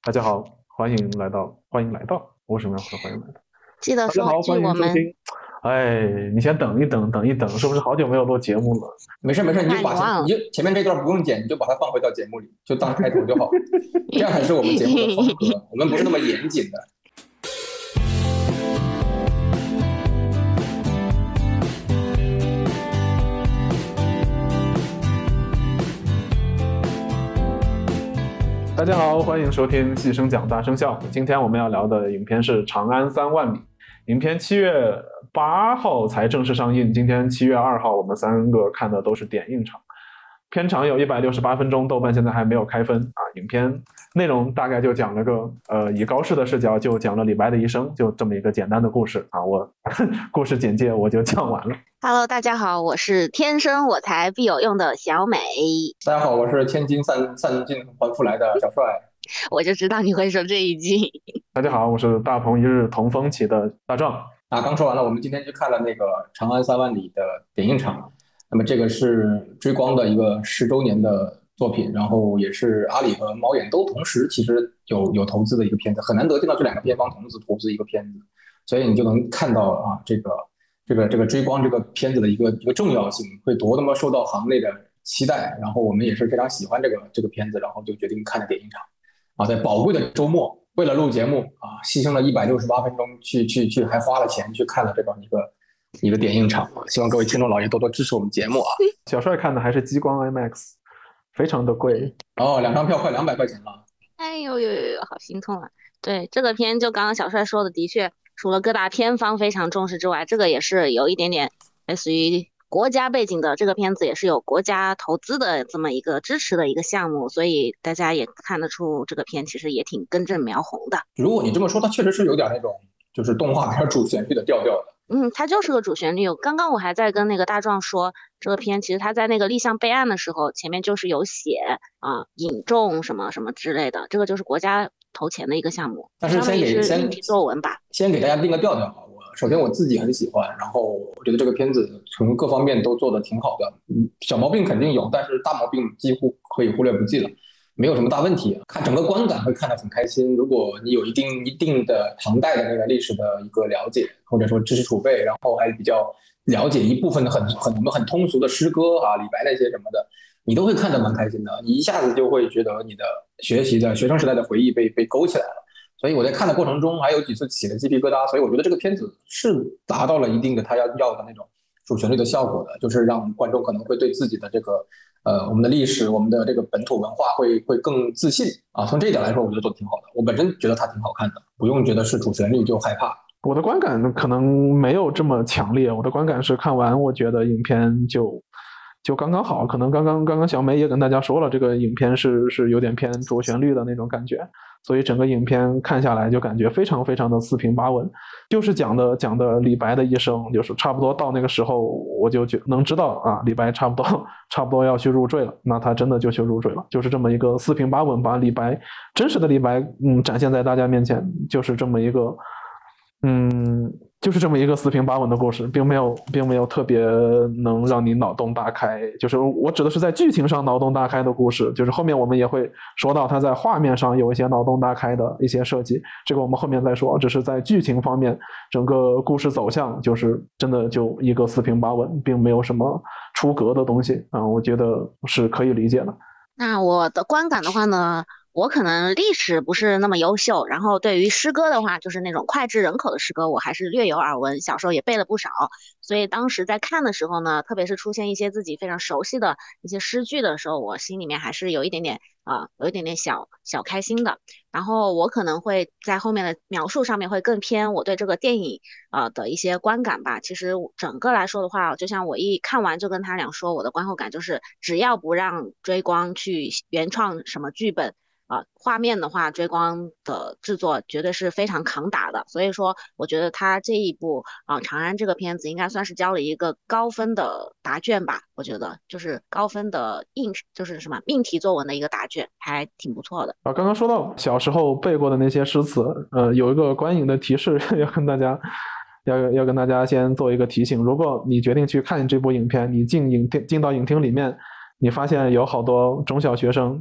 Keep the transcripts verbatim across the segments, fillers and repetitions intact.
大家好，欢迎来到，欢迎来到，为什么要说欢迎来到？ 记得说大家好，欢句我们迎收听。哎，你先等一等，等一等，是不是好久没有录节目了？ 没事没事，你就怕你忘了。 把前你就前面这段不用剪，你就把它放回到节目里，就当开头就好。这样才是我们节目的风格，我们不是那么严谨的。 大家好，欢迎收听细声讲大声笑。今天我们要聊的影片是《长安三万里》，影片七月八号才正式上映，今天七月二号我们三个看的都是点映场。片长有一百六十八分钟，豆瓣现在还没有开分啊。影片内容大概就讲了个呃，以高适的视角就讲了李白的一生，就这么一个简单的故事啊。我故事简介我就讲完了。 Hello， 大家好，我是天生我材必有用的小美。 大家好，我是千金散散尽还复来的小帅。 我就知道你会说这一句。 大家好，我是大鹏一日同风起的大壮。 啊，刚说完了，我们今天去看了那个《长安三万里》的点映场。那么这个是追光的一个十周年的作品，然后也是阿里和猫眼都同时其实有有投资的一个片子，很难得见到这两个片方同时投资一个片子，所以你就能看到啊，这个这个这个追光这个片子的一个一个重要性，会多那么受到行内的期待。然后我们也是非常喜欢这个这个片子，然后就决定看了点映场。啊，在宝贵的周末，为了录节目啊，牺牲了一百六十八分钟去去去，还花了钱去看了这个一个。一个点映场，希望各位听众老爷多多支持我们节目啊！ 小帅看的还是激光 I MAX， 非常的贵哦，两张票快两百块钱了。 哎呦呦呦呦，好心痛啊！对，这个片就刚刚小帅说的，的确除了各大片方非常重视之外，这个也是有一点点类似于国家背景的，这个片子也是有国家投资的这么一个支持的一个项目，所以大家也看得出这个片其实也挺根正苗红的。 如果你这么说，它确实是有点那种就是动画片主旋律的调调的。 嗯，它就是个主旋律。刚刚我还在跟那个大壮说，这个片其实他在那个立项备案的时候，前面就是有写啊、呃、引众什么什么之类的，这个就是国家投钱的一个项目。 但是先给先作文吧， 先给大家定个调调啊。我首先我自己很喜欢，然后我觉得这个片子从各方面都做得挺好的，嗯，小毛病肯定有，但是大毛病几乎可以忽略不计了。没有什么大问题，看整个观感会看得很开心。如果你有一定一定的唐代的那个历史的一个了解，或者说知识储备，然后还比较了解一部分的很很我们很通俗的诗歌啊，李白那些什么的，你都会看得蛮开心的。你一下子就会觉得你的学习的学生时代的回忆被被勾起来了。所以我在看的过程中还有几次起了鸡皮疙瘩，所以我觉得这个片子是达到了一定的他要要的那种主旋律的效果的，就是让观众可能会对自己的这个。呃，我们的历史，我们的这个本土文化会会更自信啊。从这一点来说，我觉得做得挺好的。我本身觉得它挺好看的，不用觉得是主旋律就害怕。 我的观感可能没有这么强烈，我的观感是看完，我觉得影片就就刚刚好。可能刚刚刚刚小美也跟大家说了，这个影片是是有点偏主旋律的那种感觉，所以整个影片看下来就感觉非常非常的四平八稳，就是讲的讲的李白的一生，就是差不多到那个时候，我就觉能知道啊，李白差不多差不多要去入赘了，那他真的就去入赘了，就是这么一个四平八稳，把李白真实的李白嗯展现在大家面前，就是这么一个嗯。就是这么一个四平八稳的故事，并没有并没有特别能让你脑洞大开，就是我指的是在剧情上脑洞大开的故事，就是后面我们也会说到它在画面上有一些脑洞大开的一些设计，这个我们后面再说。只是在剧情方面，整个故事走向就是真的就一个四平八稳，并没有什么出格的东西啊，我觉得是可以理解的。 那我的观感的话呢，我可能历史不是那么优秀，然后对于诗歌的话，就是那种脍炙人口的诗歌，我还是略有耳闻，小时候也背了不少。所以当时在看的时候呢，特别是出现一些自己非常熟悉的一些诗句的时候，我心里面还是有一点点啊、呃，有一点点小小开心的。然后我可能会在后面的描述上面会更偏我对这个电影呃的一些观感吧。其实整个来说的话，就像我一看完就跟他俩说，我的观后感就是，只要不让追光去原创什么剧本。啊、呃，画面的话，追光的制作绝对是非常扛打的，所以说我觉得他这一部啊、呃《长安》这个片子应该算是交了一个高分的答卷吧，我觉得就是高分的应就是什么命题作文的一个答卷，还挺不错的。 啊，刚刚说到小时候背过的那些诗词，呃，有一个观影的提示要跟大家。要要跟大家先做一个提醒，如果你决定去看这部影片，你进影厅进到影厅里面，你发现有好多中小学生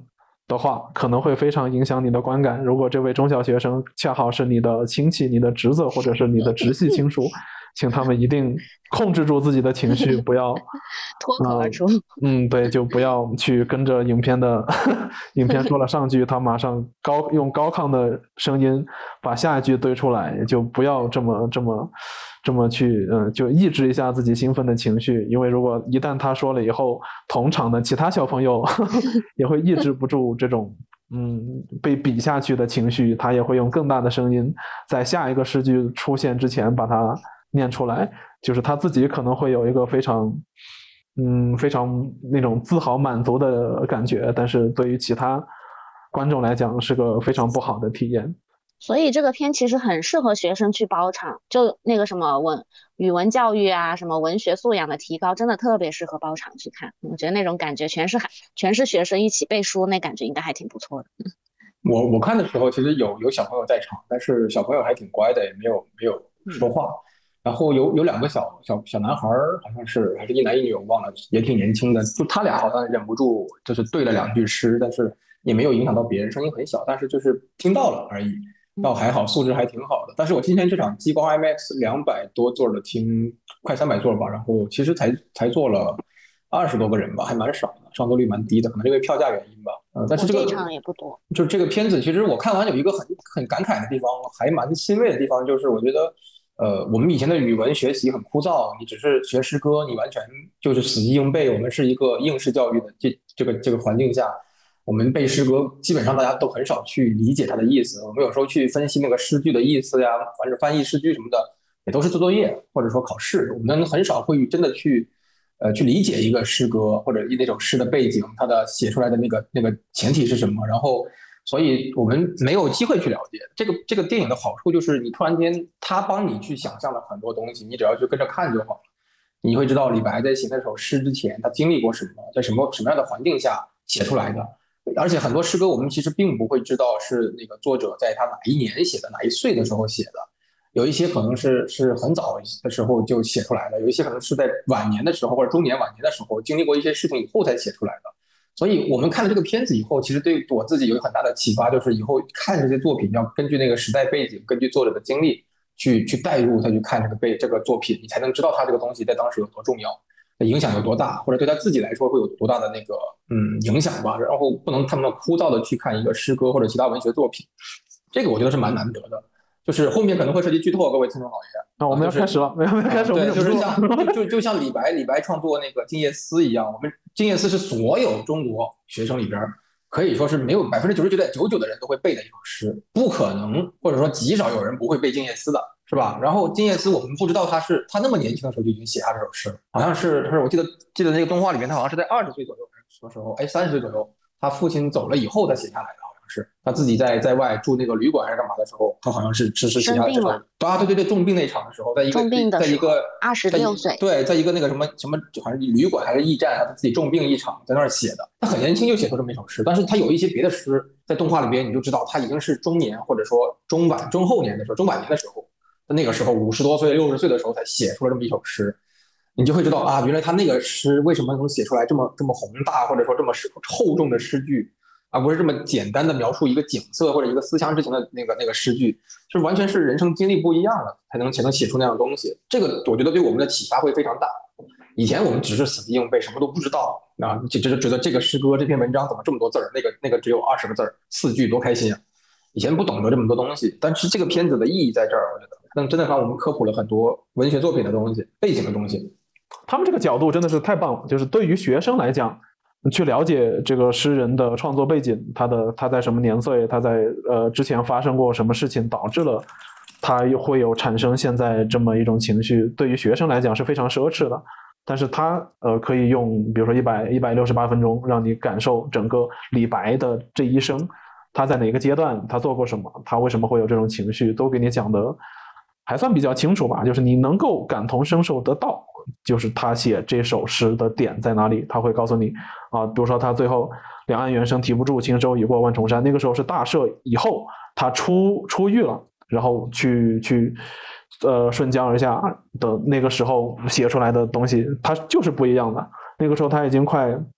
的话，可能会非常影响你的观感。如果这位中小学生恰好是你的亲戚、你的侄子或者是你的直系亲属，请他们一定控制住自己的情绪，不要脱口而出。 嗯，嗯对，就不要去跟着影片的影片说了上句，他马上高用高亢的声音把下一句对出来，就不要这么这么这么去，嗯，就抑制一下自己兴奋的情绪，因为如果一旦他说了以后，同场的其他小朋友也会抑制不住这种。嗯，被比下去的情绪，他也会用更大的声音，在下一个诗句出现之前把它念出来，就是他自己可能会有一个非常，嗯，非常那种自豪满足的感觉，但是对于其他观众来讲是个非常不好的体验。 所以这个片其实很适合学生去包场，就那个什么文语文教育啊，什么文学素养的提高，真的特别适合包场去看。我觉得那种感觉全是全是学生一起背书，那感觉应该还挺不错的。 我我看的时候，其实有有小朋友在场，但是小朋友还挺乖的，也没有没有说话。嗯、然后有有两个小小小男孩，好像是还是一男一女，我忘了，也挺年轻的。就他俩好像忍不住就是对了两句诗，但是也没有影响到别人，声音很小，但是就是听到了而已。倒还好，素质还挺好的。但是我今天这场激光 I M A X 两百多座的厅，快三百座吧，然后其实才才坐了二十多个人吧，还蛮少的，上座率蛮低的，可能因为票价原因吧。呃，但是这个这场也不多。 就这个片子，其实我看完有一个很很感慨的地方，还蛮欣慰的地方，就是我觉得，呃，我们以前的语文学习很枯燥，你只是学诗歌，你完全就是死记硬背。我们是一个应试教育的这这个这个环境下。我们背诗歌，基本上大家都很少去理解它的意思。我们有时候去分析那个诗句的意思呀，或者翻译诗句什么的，也都是做作业或者说考试。我们很少会真的去，呃，去理解一个诗歌或者那首诗的背景，它的写出来的那个那个前提是什么。然后，所以我们没有机会去了解这个这个电影的好处，就是你突然间它帮你去想象了很多东西，你只要去跟着看就好了。你会知道李白在写那首诗之前，他经历过什么，在什么什么样的环境下写出来的。而且很多诗歌我们其实并不会知道是那个作者在他哪一年写的，哪一岁的时候写的，有一些可能是是很早的时候就写出来的，有一些可能是在晚年的时候或者中年晚年的时候经历过一些事情以后才写出来的。所以我们看了这个片子以后，其实对我自己有很大的启发，就是以后看这些作品要根据那个时代背景，根据作者的经历去去带入他去看这个背这个作品，你才能知道他这个东西在当时有多重要。影响有多大，或者对他自己来说会有多大的那个嗯影响吧，然后不能这么枯燥的去看一个诗歌或者其他文学作品，这个我觉得是蛮难得的。就是后面可能会涉及剧透，各位听众老爷。 那、啊、我们要开始了，我们要开始， 对，就是像就就就像李白，李白创作那个《静夜思》一样，我们《静夜思》是所有中国学生里边可以说是没有百分之九十九点九九的人都会背的一首诗，不可能，或者说极少有人不会背《静夜思》的。是吧？然后《静夜思》我们不知道他是他那么年轻的时候就已经写下这首诗，好像是他是我记得记得那个动画里面他好像是在二十岁左右的时候，哎，三十岁左右，他父亲走了以后他写下来的，好像是他自己在在外住那个旅馆还是干嘛的时候，他好像是是是写下来这首啊，对对对，重病那场的时候，在一个重病的在一个二十六岁， 对，在一个那个什么什么好像旅馆还是驿站，他自己重病一场在那儿写的，他很年轻就写出这么一首诗，但是他有一些别的诗在动画里边你就知道他已经是中年或者说中晚中后年的时候，中晚年的时候。那个时候五十多岁六十岁的时候才写出了这么一首诗，你就会知道啊，原来他那个诗为什么能写出来这么这么宏大或者说这么厚重的诗句，而不是这么简单的描述一个景色或者一个思乡之情的那个那个诗句，是完全是人生经历不一样了才能才能写出那样的东西。这个我觉得对我们的启发会非常大。以前我们只是死记硬背，什么都不知道啊，就只是觉得这个诗歌这篇文章怎么这么多字儿，那个那个只有二十个字儿，四句多开心啊！以前不懂得这么多东西，但是这个片子的意义在这儿，我觉得。但真的帮我们科普了很多文学作品的东西、背景的东西。 他们这个角度真的是太棒了，就是对于学生来讲，去了解这个诗人的创作背景，他的他在什么年岁，他在呃之前发生过什么事情，导致了他会有产生现在这么一种情绪。对于学生来讲是非常奢侈的，但是他呃可以用比如说一百一百六十八分钟，让你感受整个李白的这一生，他在哪个阶段，他做过什么，他为什么会有这种情绪，都给你讲的。还算比较清楚吧，就是你能够感同身受得到，就是他写这首诗的点在哪里，他会告诉你啊，比如说他最后两岸猿声啼不住，轻舟已过万重山，那个时候是大赦以后，他出出狱了，然后去去呃顺江而下的那个时候写出来的东西，他就是不一样的。那个时候他已经快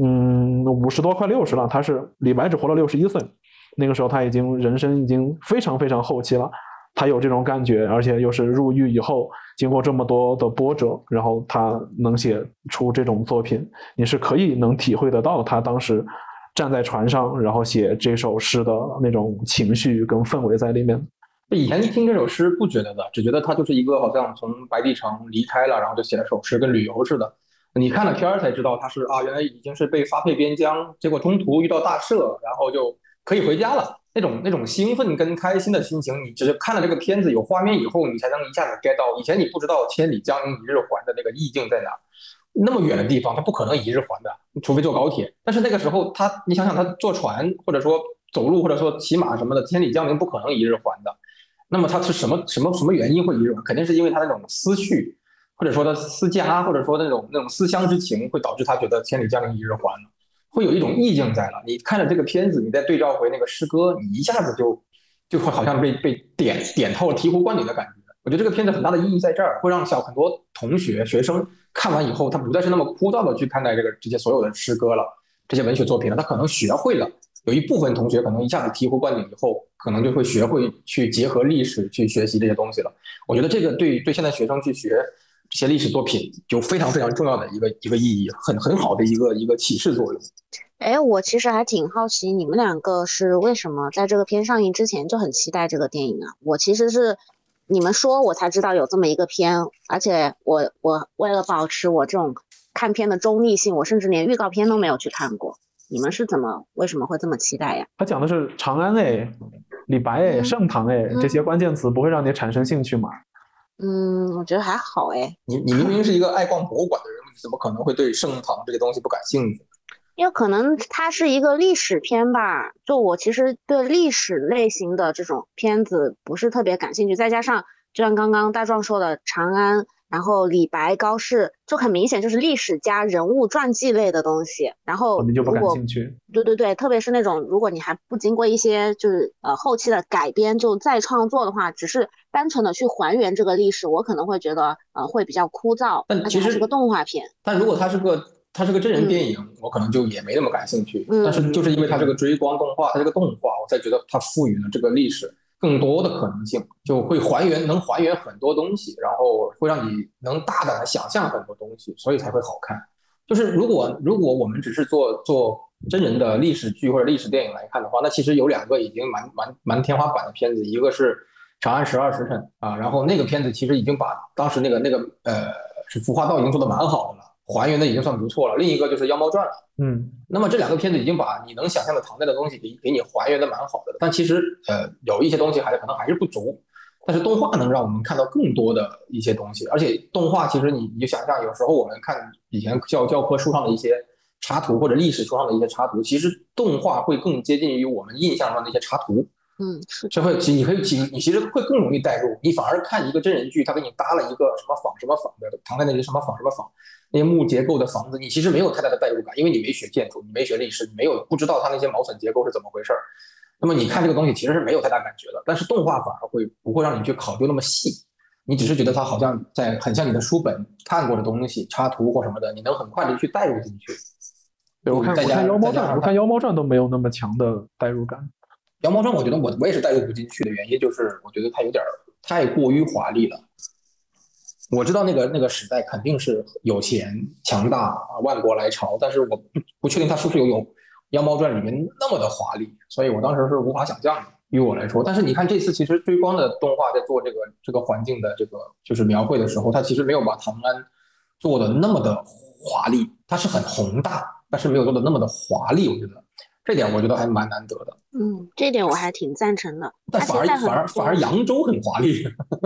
嗯五十多快六十了，他是李白只活了六十一岁，那个时候他已经人生已经非常非常后期了，他有这种感觉，而且又是入狱以后经过这么多的波折，然后他能写出这种作品，你是可以能体会得到他当时站在船上然后写这首诗的那种情绪跟氛围在里面。 以前听这首诗不觉得的，只觉得他就是一个好像从白帝城离开了，然后就写了首诗，跟旅游似的。你看了片儿才知道他是啊，原来已经是被发配边疆，结果中途遇到大赦，然后就可以回家了。那种那种兴奋跟开心的心情，你只是看了这个片子有画面以后，你才能一下子 get 到。以前你不知道千里江陵一日还的那个意境在哪，那么远的地方，它不可能一日还的，除非坐高铁。但是那个时候他，你想想他坐船或者说走路或者说骑马什么的，千里江陵不可能一日还的。那么他是什么什么什么原因会一日还？肯定是因为他那种思绪，或者说他思家，或者说那种那种思乡之情，会导致他觉得千里江陵一日还了。会有一种意境在了。你看了这个片子，你再对照回那个诗歌，你一下子就就会好像被被点点透了醍醐灌顶的感觉。我觉得这个片子很大的意义在这儿，会让小很多同学学生看完以后，他不再是那么枯燥的去看待这个这些所有的诗歌了，这些文学作品了，他可能学会了。有一部分同学可能一下子醍醐灌顶以后，可能就会学会去结合历史去学习这些东西了。我觉得这个对对现在学生去学这些历史作品就非常非常重要的一个一个意义，很很好的一个一个启示作用。 哎，我其实还挺好奇，你们两个是为什么在这个片上映之前就很期待这个电影啊？我其实是你们说我才知道有这么一个片，而且我我为了保持我这种看片的中立性，我甚至连预告片都没有去看过。你们是怎么为什么会这么期待呀？ 他讲的是长安哎、李白哎、 嗯盛唐哎、 嗯这些关键词不会让你产生兴趣吗？ 嗯，我觉得还好哎， 你你明明是一个爱逛博物馆的人，你怎么可能会对盛唐这些东西不感兴趣？ 因为可能它是一个历史片吧，就我其实对历史类型的这种片子不是特别感兴趣，再加上就像刚刚大壮说的长安，然后李白、高适，就很明显就是历史加人物传记类的东西。然后你就不感如果兴趣。 对对对，特别是那种如果你还不经过一些就是呃后期的改编就再创作的话，只是单纯的去还原这个历史，我可能会觉得呃会比较枯燥， 但其实而且还是个动画片。 但如果它是个它是个真人电影，嗯、我可能就也没那么感兴趣。 嗯、 但是就是因为它是个追光动画，它是个动画，我才觉得它赋予了这个历史更多的可能性，就会还原，能还原很多东西，然后会让你能大胆的想象很多东西，所以才会好看。就是如果如果我们只是做做真人的历史剧或者历史电影来看的话，那其实有两个已经蛮蛮蛮天花板的片子，一个是《长安十二时辰》啊，然后那个片子其实已经把当时那个那个呃是服化道已经做得蛮好的了，还原的已经算不错了。另一个就是《妖猫传》了， 嗯， 那么这两个片子已经把你能想象的唐代的东西给给你还原的蛮好的了，但其实呃有一些东西还可能还是不足。但是动画能让我们看到更多的一些东西，而且动画其实你你就想象，有时候我们看以前教教科书上的一些插图或者历史书上的一些插图，其实动画会更接近于我们印象上的一些插图。 嗯，是这会你可以你其实会更容易带入，你反而看一个真人剧，他给你搭了一个什么仿什么仿的唐代那些什么仿什么仿那些木结构的房子，你其实没有太大的代入感，因为你没学建筑，你没学历史，你没有不知道它那些毛笋结构是怎么回事。那么你看这个东西其实是没有太大感觉的，但是动画反而会不会让你去考究那么细，你只是觉得它好像在很像你的书本看过的东西，插图或什么的，你能很快的去带入进去。 对，我看我看妖猫传，我看妖猫传都没有那么强的代入感。 妖猫传我觉得我我也是代入不进去的原因，就是我觉得它有点太过于华丽了。我知道那个那个时代肯定是有钱强大万国来朝，但是我不不确定它是不是有有妖猫传里面那么的华丽，所以我当时是无法想象的，于我来说。但是你看这次其实追光的动画在做这个这个环境的这个就是描绘的时候，它其实没有把唐安做的那么的华丽，它是很宏大，但是没有做的那么的华丽，我觉得这点我觉得还蛮难得的。 嗯，这点我还挺赞成的。 但反而反而反而扬州很华丽。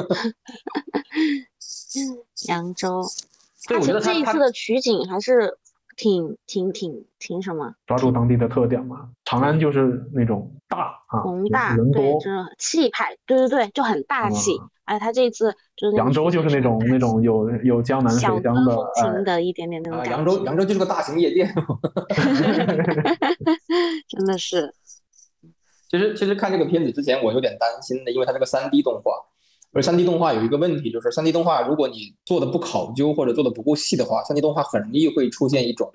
扬州， 对，我觉得这一次的取景还是挺挺挺挺什么？ 抓住当地的特点嘛。长安就是那种大啊， 宏大， 人多， 对，就是气派，对对对，就很大气。嗯、哎，他这一次就是扬州就是那种那种有有江南水乡的风情的一点点那种感觉。 啊、扬州扬州就是个大型夜店。 真的是。 其实其实看这个片子之前，我有点担心的，因为它这个三 D 动画。而三 D 动画有一个问题，就是三 D 动画如果你做的不考究或者做的不够细的话，三 D 动画很容易会出现一种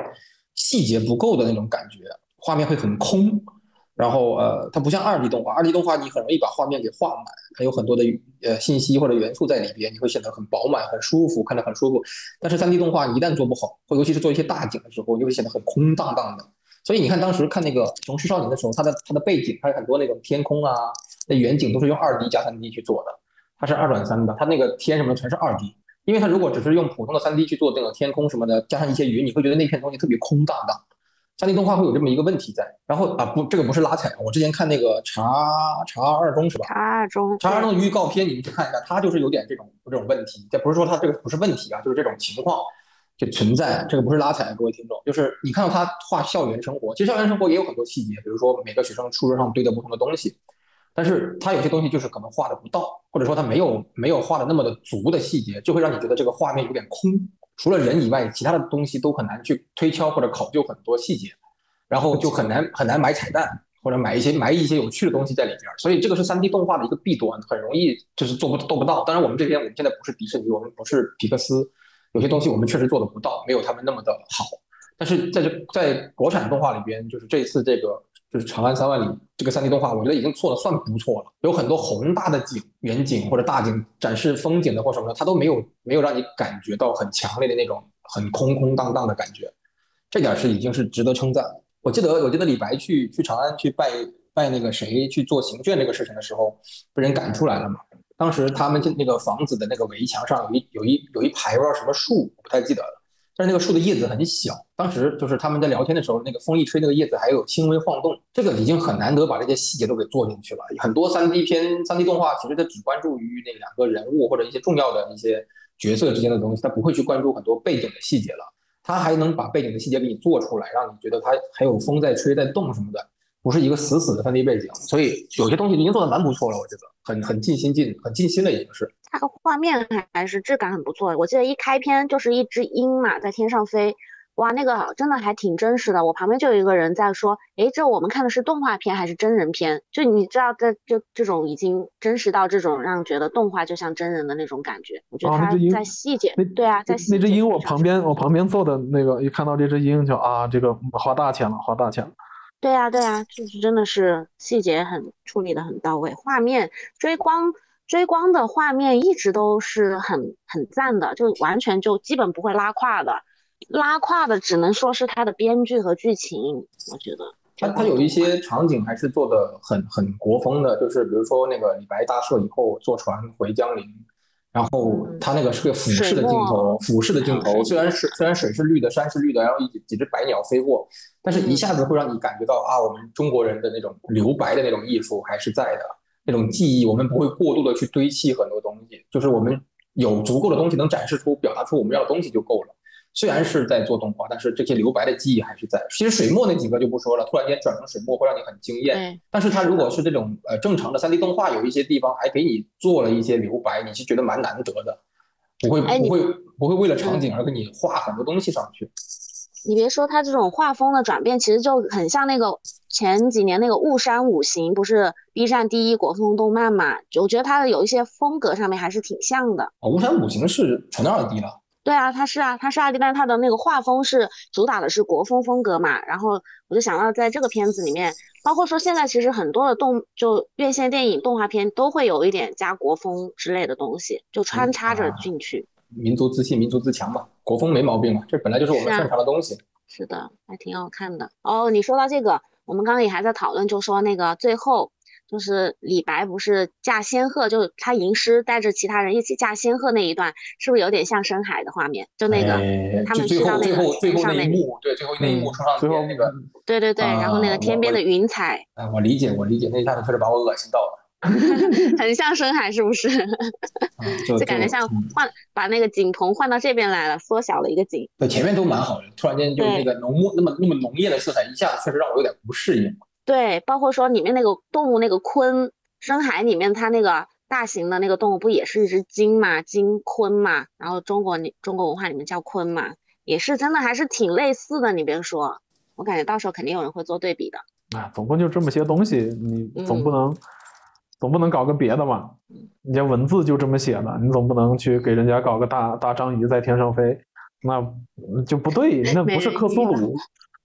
细节不够的那种感觉，画面会很空。然后呃，它不像二 D 动画，二 D 动画你很容易把画面给画满，它有很多的呃信息或者元素在里边，你会显得很饱满、很舒服，看着很舒服。但是三 D 动画你一旦做不好，或尤其是做一些大景的时候，你会显得很空荡荡的。所以你看当时看那个《雄狮少年》的时候，它的它的背景还有很多那种天空啊，那远景都是用二 D 加三 D 去做的，它是二转三的，它那个天什么的全是二 D。因为它如果只是用普通的三 D 去做这个天空什么的，加上一些云，你会觉得那片东西特别空荡荡。三 D 动画会有这么一个问题在，然后啊不，这个不是拉踩，我之前看那个查查二中是吧？ 查二中， 查二中的预告片，你们去看一下，它就是有点这种这种问题。这不是说它这个不是问题啊，就是这种情况就存在。这个不是拉踩，各位听众，就是你看到他画校园生活，其实校园生活也有很多细节，比如说每个学生书桌上堆的不同的东西，但是他有些东西就是可能画的不到，或者说他没有没有画的那么的足的细节，就会让你觉得这个画面有点空。除了人以外，其他的东西都很难去推敲或者考究很多细节，然后就很难很难买彩蛋或者买一些埋一些有趣的东西在里边。所以这个是三 D 动画的一个弊端，很容易就是做不做不到。当然我们这边我们现在不是迪士尼，我们不是皮克斯，有些东西我们确实做的不到，没有他们那么的好。但是在这在国产动画里边，就是这一次这个就是《长安三万里》这个三 D 动画，我觉得已经做的算不错了。有很多宏大的景、远景或者大景展示风景的或什么的，它都没有没有让你感觉到很强烈的那种很空空荡荡的感觉，这点是已经是值得称赞。我记得我记得李白去去长安去拜拜那个谁去做行卷这个事情的时候，被人赶出来了嘛。当时他们那个房子的那个围墙上有一有一有一排不知道什么树，我不太记得了。但是那个树的叶子很小，当时就是他们在聊天的时候，那个风一吹，那个叶子还有轻微晃动，这个已经很难得把这些细节都给做进去了。很多 三 D 片、三 D 动画其实它只关注于那两个人物或者一些重要的一些角色之间的东西，它不会去关注很多背景的细节了。它还能把背景的细节给你做出来，让你觉得它还有风在吹在动什么的，不是一个死死的 三 D 背景。所以有些东西已经做得蛮不错了，我觉得很很尽心尽很尽心了，已经是。 它的画面还是质感很不错。我记得一开篇就是一只鹰嘛，在天上飞，哇，那个真的还挺真实的。我旁边就有一个人在说，诶，这我们看的是动画片还是真人片？就你知道，在就这种已经真实到这种让人觉得动画就像真人的那种感觉。我觉得它在细节， 哦、 对啊，在细节那只鹰，我旁边我旁边坐的那个，一看到这只鹰就啊，这个花大钱了，花大钱了。 对啊，对啊，就是真的是细节很处理的很到位，画面追光。追光的画面一直都是很很赞的，就完全就基本不会拉胯的，拉胯的只能说是它的编剧和剧情，我觉得。 它它有一些场景还是做的很很国风的，就是比如说那个李白大赦以后坐船回江陵，然后它那个是个俯视的镜头，俯视的镜头，虽然水虽然水是绿的，山是绿的，然后几几只白鸟飞过，但是一下子会让你感觉到啊，我们中国人的那种留白的那种艺术还是在的。那种记忆，我们不会过度的去堆砌很多东西，就是我们有足够的东西能展示出、表达出我们要的东西就够了。虽然是在做动画，但是这些留白的记忆还是在。其实水墨那几个就不说了，突然间转成水墨会让你很惊艳。但是它如果是这种呃正常的 三 D 动画，有一些地方还给你做了一些留白，你是觉得蛮难得的，不会不会不会为了场景而给你画很多东西上去。 你别说，它这种画风的转变，其实就很像那个前几年那个雾山五行，不是 B 站第一国风动漫嘛？我觉得它的有一些风格上面还是挺像的。 哦，雾山五行是纯二 D 了。 对啊，它是啊，它是二 D， 但是它的那个画风是主打的是国风风格嘛。然后我就想到在这个片子里面，包括说现在其实很多的动就院线电影动画片都会有一点加国风之类的东西，就穿插着进去。 嗯啊民族自信，民族自强嘛，国风没毛病嘛，这本来就是我们擅长的东西。 是, 啊、是的，还挺好看的。哦，你说到这个，我们刚刚也还在讨论，就说那个最后就是李白不是驾仙鹤，就是他吟诗带着其他人一起驾仙鹤那一段，是不是有点像深海的画面？就那个、 哎、 他们去到那个最后那一幕，对，最后那一幕冲上天那个， 对对对，然后那个天边的云彩， 啊，我理解，我理解，那一下子确实把我恶心到了。 很像深海是不是？ 嗯、就, 就感觉像换、嗯、把那个景棚换到这边来了，缩小了一个景。 对，前面都蛮好的，突然间就那个浓墨那么那么浓烈的色彩，一下子确实让我有点不适应。 对，包括说里面那个动物那个鲲，深海里面它那个大型的那个动物不也是一只鲸嘛，鲸鲲嘛，然后中国中国文化里面叫鲲嘛，也是真的还是挺类似的。你别说，我感觉到时候肯定有人会做对比的。 啊，总共就这么些东西，你总不能。嗯总不能搞个别的嘛？人家文字就这么写的，你总不能去给人家搞个大大章鱼在天上飞，那就不对，那不是克苏鲁，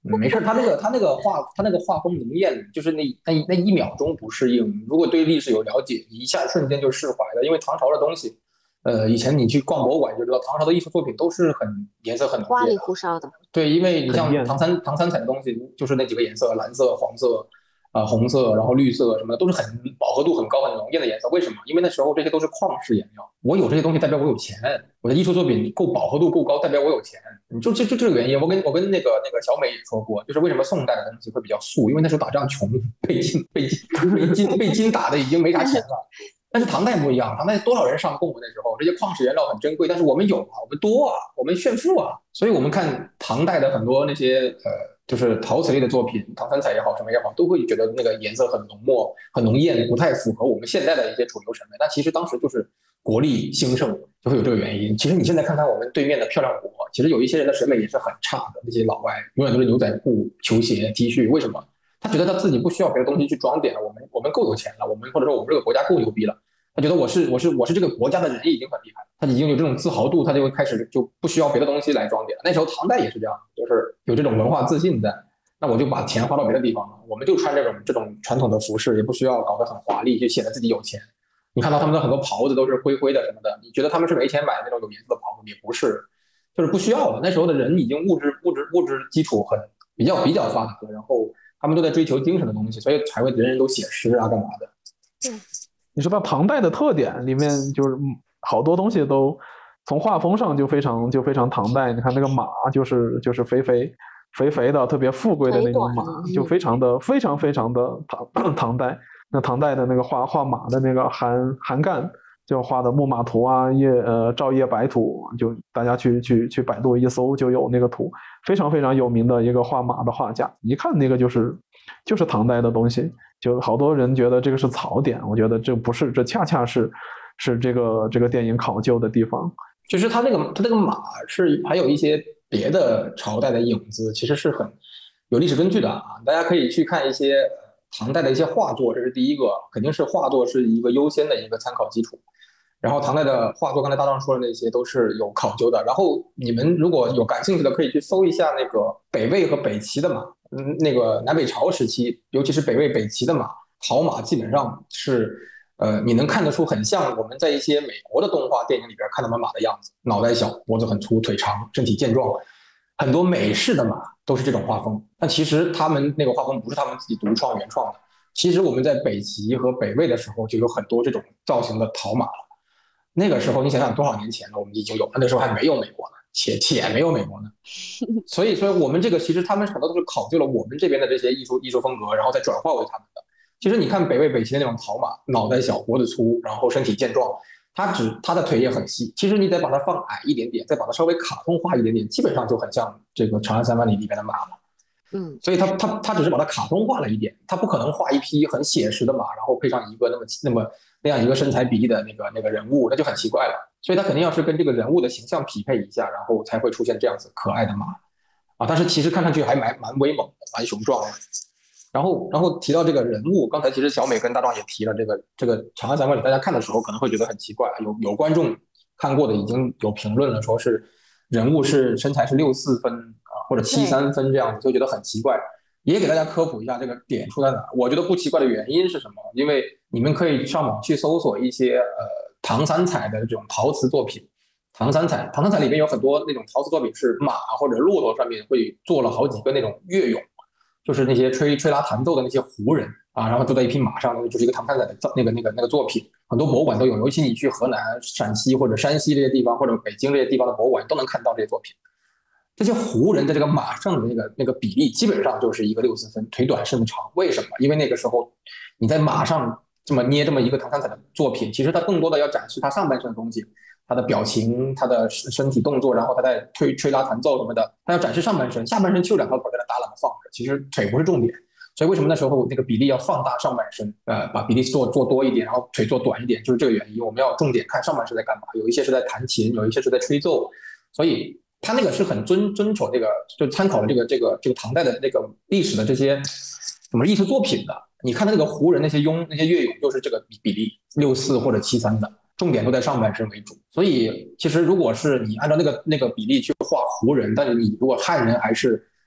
嗯，没事，他那个他那个画他那个画风浓艳，就是那那那一秒钟不适应，如果对历史有了解，一下瞬间就释怀了。因为唐朝的东西，呃，以前你去逛博物馆就知道，唐朝的艺术作品都是很颜色很浓花里烈的。 胡哨的。 对，因为你像很艳唐三唐三彩的东西，就是那几个颜色，蓝色、黄色、啊、红色，然后绿色什么的，都是很饱和度很高、很浓艳的颜色。为什么？因为那时候这些都是矿石颜料，我有这些东西代表我有钱，我的艺术作品够饱和度够高，代表我有钱。就就就这个原因，我跟我跟那个那个小美也说过，就是为什么宋代的东西会比较素，因为那时候打仗穷，被金被金被金被金打的已经没啥钱了。但是唐代不一样，唐代多少人上贡？那时候这些矿石原料很珍贵，但是我们有啊，我们多啊，我们炫富啊，所以我们看唐代的很多那些呃，就是陶瓷类的作品，唐三彩也好，什么也好，都会觉得那个颜色很浓墨、很浓艳，不太符合我们现在的一些主流审美。但其实当时就是国力兴盛，就会有这个原因。其实你现在看看我们对面的漂亮国，其实有一些人的审美也是很差的，那些老外永远都是牛仔裤、球鞋、T 恤，为什么？他觉得他自己不需要别的东西去装点了，我们我们够有钱了，我们或者说我们这个国家够牛逼了。他觉得我是我是我是这个国家的人已经很厉害了，他已经有这种自豪度，他就会开始就不需要别的东西来装点了。那时候唐代也是这样，就是有这种文化自信在，那我就把钱花到别的地方了，我们就穿这种这种传统的服饰，也不需要搞得很华丽，就显得自己有钱。你看到他们的很多袍子都是灰灰的什么的，你觉得他们是没钱买那种有颜色的袍子？也不是，就是不需要的。那时候的人已经物质物质物质基础很比较比较发达，然后他们都在追求精神的东西，所以才会人人都写诗啊干嘛的。 嗯， 你知道唐代的特点里面就是好多东西都从画风上就非常就非常唐代。你看那个马就是就是肥肥肥肥的特别富贵的那种马，就非常的非常非常的唐唐代。那唐代的那个画画马的那个韩韩干就画的木马图啊，叶呃照叶白图，就大家去去去百度一搜就有那个图，非常非常有名的一个画马的画家。一看那个就是就是唐代的东西，就好多人觉得这个是槽点，我觉得这不是，这恰恰是是这个这个电影考究的地方。 其实他那个他那个马是还有一些别的朝代的影子，其实是很有历史根据的啊。大家可以去看一些唐代的一些画作，这是第一个，肯定是画作是一个优先的一个参考基础。然后唐代的画作，刚才大壮说的那些都是有考究的。然后你们如果有感兴趣的，可以去搜一下那个北魏和北齐的马，嗯，那个南北朝时期，尤其是北魏、北齐的马，陶马基本上是，呃，你能看得出很像我们在一些美国的动画电影里边看到的马的样子，脑袋小，脖子很粗，腿长，身体健壮。很多美式的马都是这种画风，但其实他们那个画风不是他们自己独创原创的。其实我们在北齐和北魏的时候就有很多这种造型的陶马了。那个时候你想想多少年前了，我们已经有，那时候还没有美国呢，且且没有美国呢。所以说我们这个其实他们很多都是考究了我们这边的这些艺术艺术风格，然后再转化为他们的。其实你看北魏北齐的那种陶马，脑袋小，脖子粗，然后身体健壮，它只它的腿也很细。其实你得把它放矮一点点，再把它稍微卡通化一点点，基本上就很像这个《长安三万里》里面的马了。 嗯， 所以他他他只是把它卡通化了一点，他不可能画一匹很写实的马，然后配上一个那么那么那样一个身材比例的那个那个人物，那就很奇怪了。所以他肯定要是跟这个人物的形象匹配一下，然后才会出现这样子可爱的马啊。但是其实看上去还蛮蛮威猛的，蛮雄壮的。然后然后提到这个人物，刚才其实小美跟大壮也提了这个这个《长安三万里》，大家看的时候可能会觉得很奇怪，有有观众看过的已经有评论了，说是人物是身材是六四分啊，或者七三分这样子，就觉得很奇怪。也给大家科普一下这个点出在哪。我觉得不奇怪的原因是什么？因为你们可以上网去搜索一些呃唐三彩的这种陶瓷作品。唐三彩，唐三彩里面有很多那种陶瓷作品是马或者骆驼上面会做了好几个那种乐俑，就是那些吹吹拉弹奏的那些胡人啊，然后坐在一匹马上，就是一个唐三彩的那个那个那个作品。很多博物馆都有，尤其你去河南、陕西或者山西这些地方，或者北京这些地方的博物馆都能看到这些作品。这些胡人在这个马上的那个那个比例基本上就是一个六四分，腿短身子长。为什么？因为那个时候你在马上这么捏这么一个唐三彩的作品，其实它更多的要展示它上半身的东西，它的表情、它的身体动作，然后它在吹吹拉弹奏什么的，它要展示上半身，下半身就有两条腿在那耷拉着放着，其实腿不是重点。所以为什么那时候那个比例要放大上半身，呃，把比例做做多一点，然后腿做短一点，就是这个原因。我们要重点看上半身在干嘛，有一些是在弹琴，有一些是在吹奏，所以他那个是很遵遵守这个，就参考了这个这个这个唐代的那个历史的这些什么艺术作品的。你看那个胡人那些庸那些乐俑，就是这个比例六四或者七三的，重点都在上半身为主。所以其实如果是你按照那个那个比例去画胡人，但是你如果汉人还是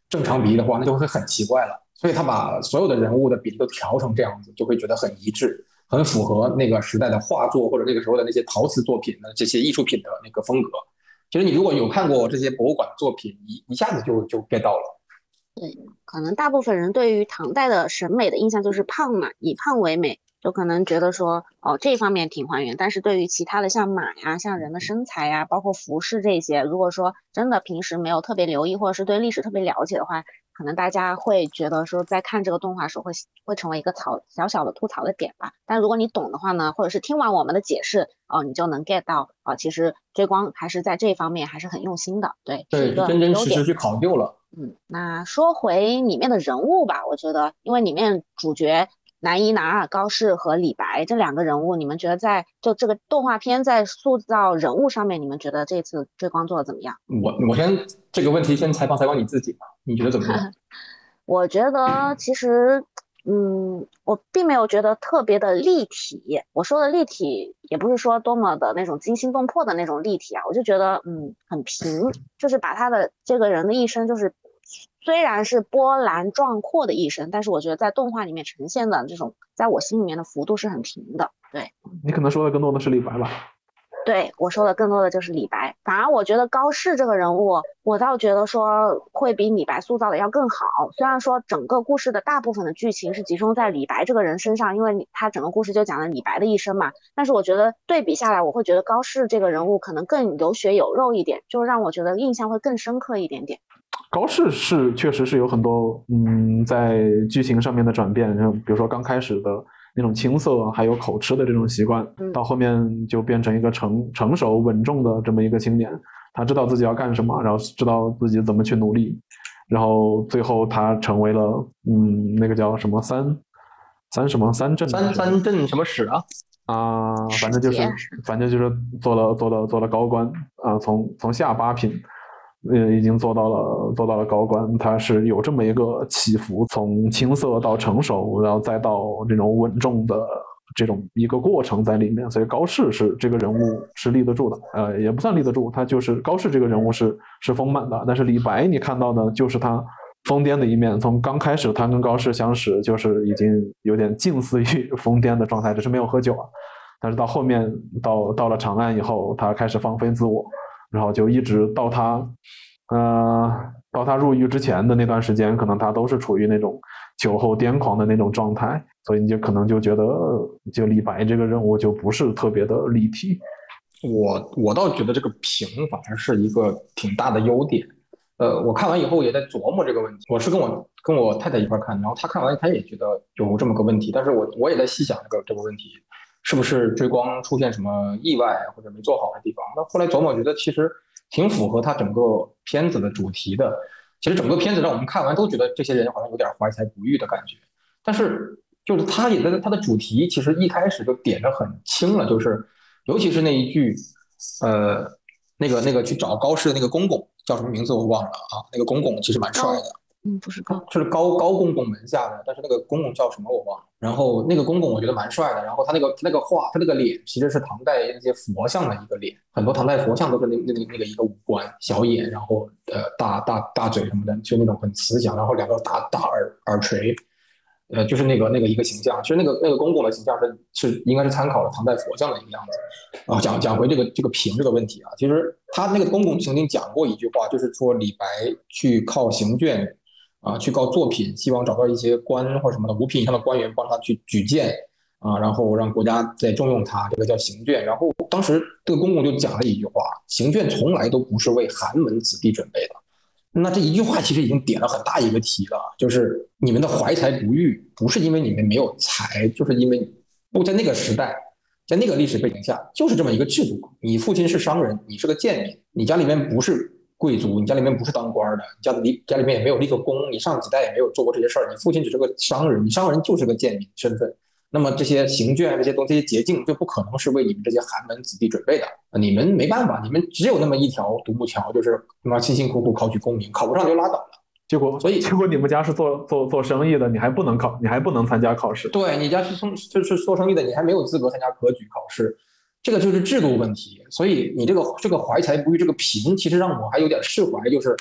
正常比例的话，那就会很奇怪了。所以他把所有的人物的比例都调成这样子，就会觉得很一致，很符合那个时代的画作或者那个时候的那些陶瓷作品的这些艺术品的那个风格。其实你如果有看过这些博物馆作品，一一下子就就 get 到了。 对，可能大部分人对于唐代的审美的印象就是胖嘛，以胖为美，就可能觉得说哦这方面挺还原，但是对于其他的像马呀、像人的身材呀、包括服饰这些，如果说真的平时没有特别留意，或者是对历史特别了解的话，可能大家会觉得说在看这个动画时候会会成为一个槽小小的吐槽的点吧。但如果你懂的话呢，或者是听完我们的解释哦，你就能 get 到啊、哦，其实追光还是在这方面还是很用心的，对，是对， 一个真真优点。 实实去考究了。 嗯，那说回里面的人物吧，我觉得，因为里面主角男一、男二高适和李白这两个人物，你们觉得在就这个动画片在塑造人物上面，你们觉得这次追光做的怎么样？ 我我先这个问题先采访采访你自己吧，你觉得怎么样？ 我觉得其实，嗯，我并没有觉得特别的立体。我说的立体，也不是说多么的那种惊心动魄的那种立体啊，我就觉得，嗯，很平，就是把他的这个人的一生，就是虽然是波澜壮阔的一生，但是我觉得在动画里面呈现的这种，在我心里面的幅度是很平的。对， 你可能说的更多的是李白吧？ 对，我说的更多的就是李白，反而我觉得高适这个人物，我倒觉得说会比李白塑造的要更好。虽然说整个故事的大部分的剧情是集中在李白这个人身上，因为他整个故事就讲了李白的一生嘛。但是我觉得对比下来，我会觉得高适这个人物可能更有血有肉一点，就让我觉得印象会更深刻一点点。 高适是确实是有很多嗯在剧情上面的转变，比如说刚开始的那种青涩还有口吃的这种习惯，到后面就变成一个成成熟稳重的这么一个青年，他知道自己要干什么，然后知道自己怎么去努力，然后最后他成为了嗯那个叫什么三三什么三镇三三镇什么史啊？ 啊、呃，反正就是反正就是做了做了做了高官啊、呃，从从下八品。呃，已经做到了做到了高官，他是有这么一个起伏，从青涩到成熟，然后再到这种稳重的这种一个过程在里面。所以高适是这个人物是立得住的，呃，也不算立得住，他就是高适这个人物是是丰满的。但是李白你看到的就是他疯癫的一面，从刚开始他跟高适相识，就是已经有点近似于疯癫的状态，只是没有喝酒啊。但是到后面到到了长安以后，他开始放飞自我。然后就一直到他，呃，到他入狱之前的那段时间，可能他都是处于那种酒后癫狂的那种状态，所以你就可能就觉得，就李白这个人物就不是特别的立体。 我我倒觉得这个平反而是一个挺大的优点。呃，我看完以后也在琢磨这个问题。我是跟我跟我太太一块看，然后她看完她也觉得有这么个问题，但是我我也在细想这个这个问题。是不是追光出现什么意外或者没做好的地方？那后来琢磨，觉得其实挺符合他整个片子的主题的。其实整个片子让我们看完都觉得这些人好像有点怀才不遇的感觉，但是就是他也在他的主题其实一开始就点得很清了，就是尤其是那一句，呃，那个那个去找高适的那个公公叫什么名字我忘了啊，那个公公其实蛮帅的。 嗯，不是高， 是高高公公门下的，但是那个公公叫什么我忘了。然后那个公公我觉得蛮帅的，然后他那个那个画，他那个脸其实是唐代那些佛像的一个脸，很多唐代佛像都是那那那个一个五官，小眼，然后呃大大大嘴什么的，就那种很慈祥，然后两个大大耳耳垂，呃就是那个那个一个形象。其实那个那个公公的形象是是应该是参考了唐代佛像的一个样子。啊，讲讲回这个这个评这个问题啊，其实他那个公公曾经讲过一句话，就是说李白去靠行卷。啊，去告作品，希望找到一些官或什么的五品以上的官员帮他去举荐啊，然后让国家再重用他，这个叫行卷。然后当时这个公公就讲了一句话：行卷从来都不是为寒门子弟准备的。那这一句话其实已经点了很大一个题了，就是你们的怀才不遇，不是因为你们没有才，就是因为不在那个时代，在那个历史背景下，就是这么一个制度。你父亲是商人，你是个贱民，你家里面不是贵族，你家里面不是当官的，你家里家里面也没有立个功，你上几代也没有做过这些事儿，你父亲只是个商人，你商人就是个贱民身份。那么这些行卷这些东西这些捷径就不可能是为你们这些寒门子弟准备的，你们没办法，你们只有那么一条独木桥，就是他妈辛辛苦苦考取功名，考不上就拉倒了。 结果， 所以结果你们家是做做做生意的，你还不能考，你还不能参加考试。 对，你家是从就是做生意的，你还没有资格参加科举考试。这个就是制度问题，所以你这个这个怀才不遇这个评，其实让我还有点释怀，就是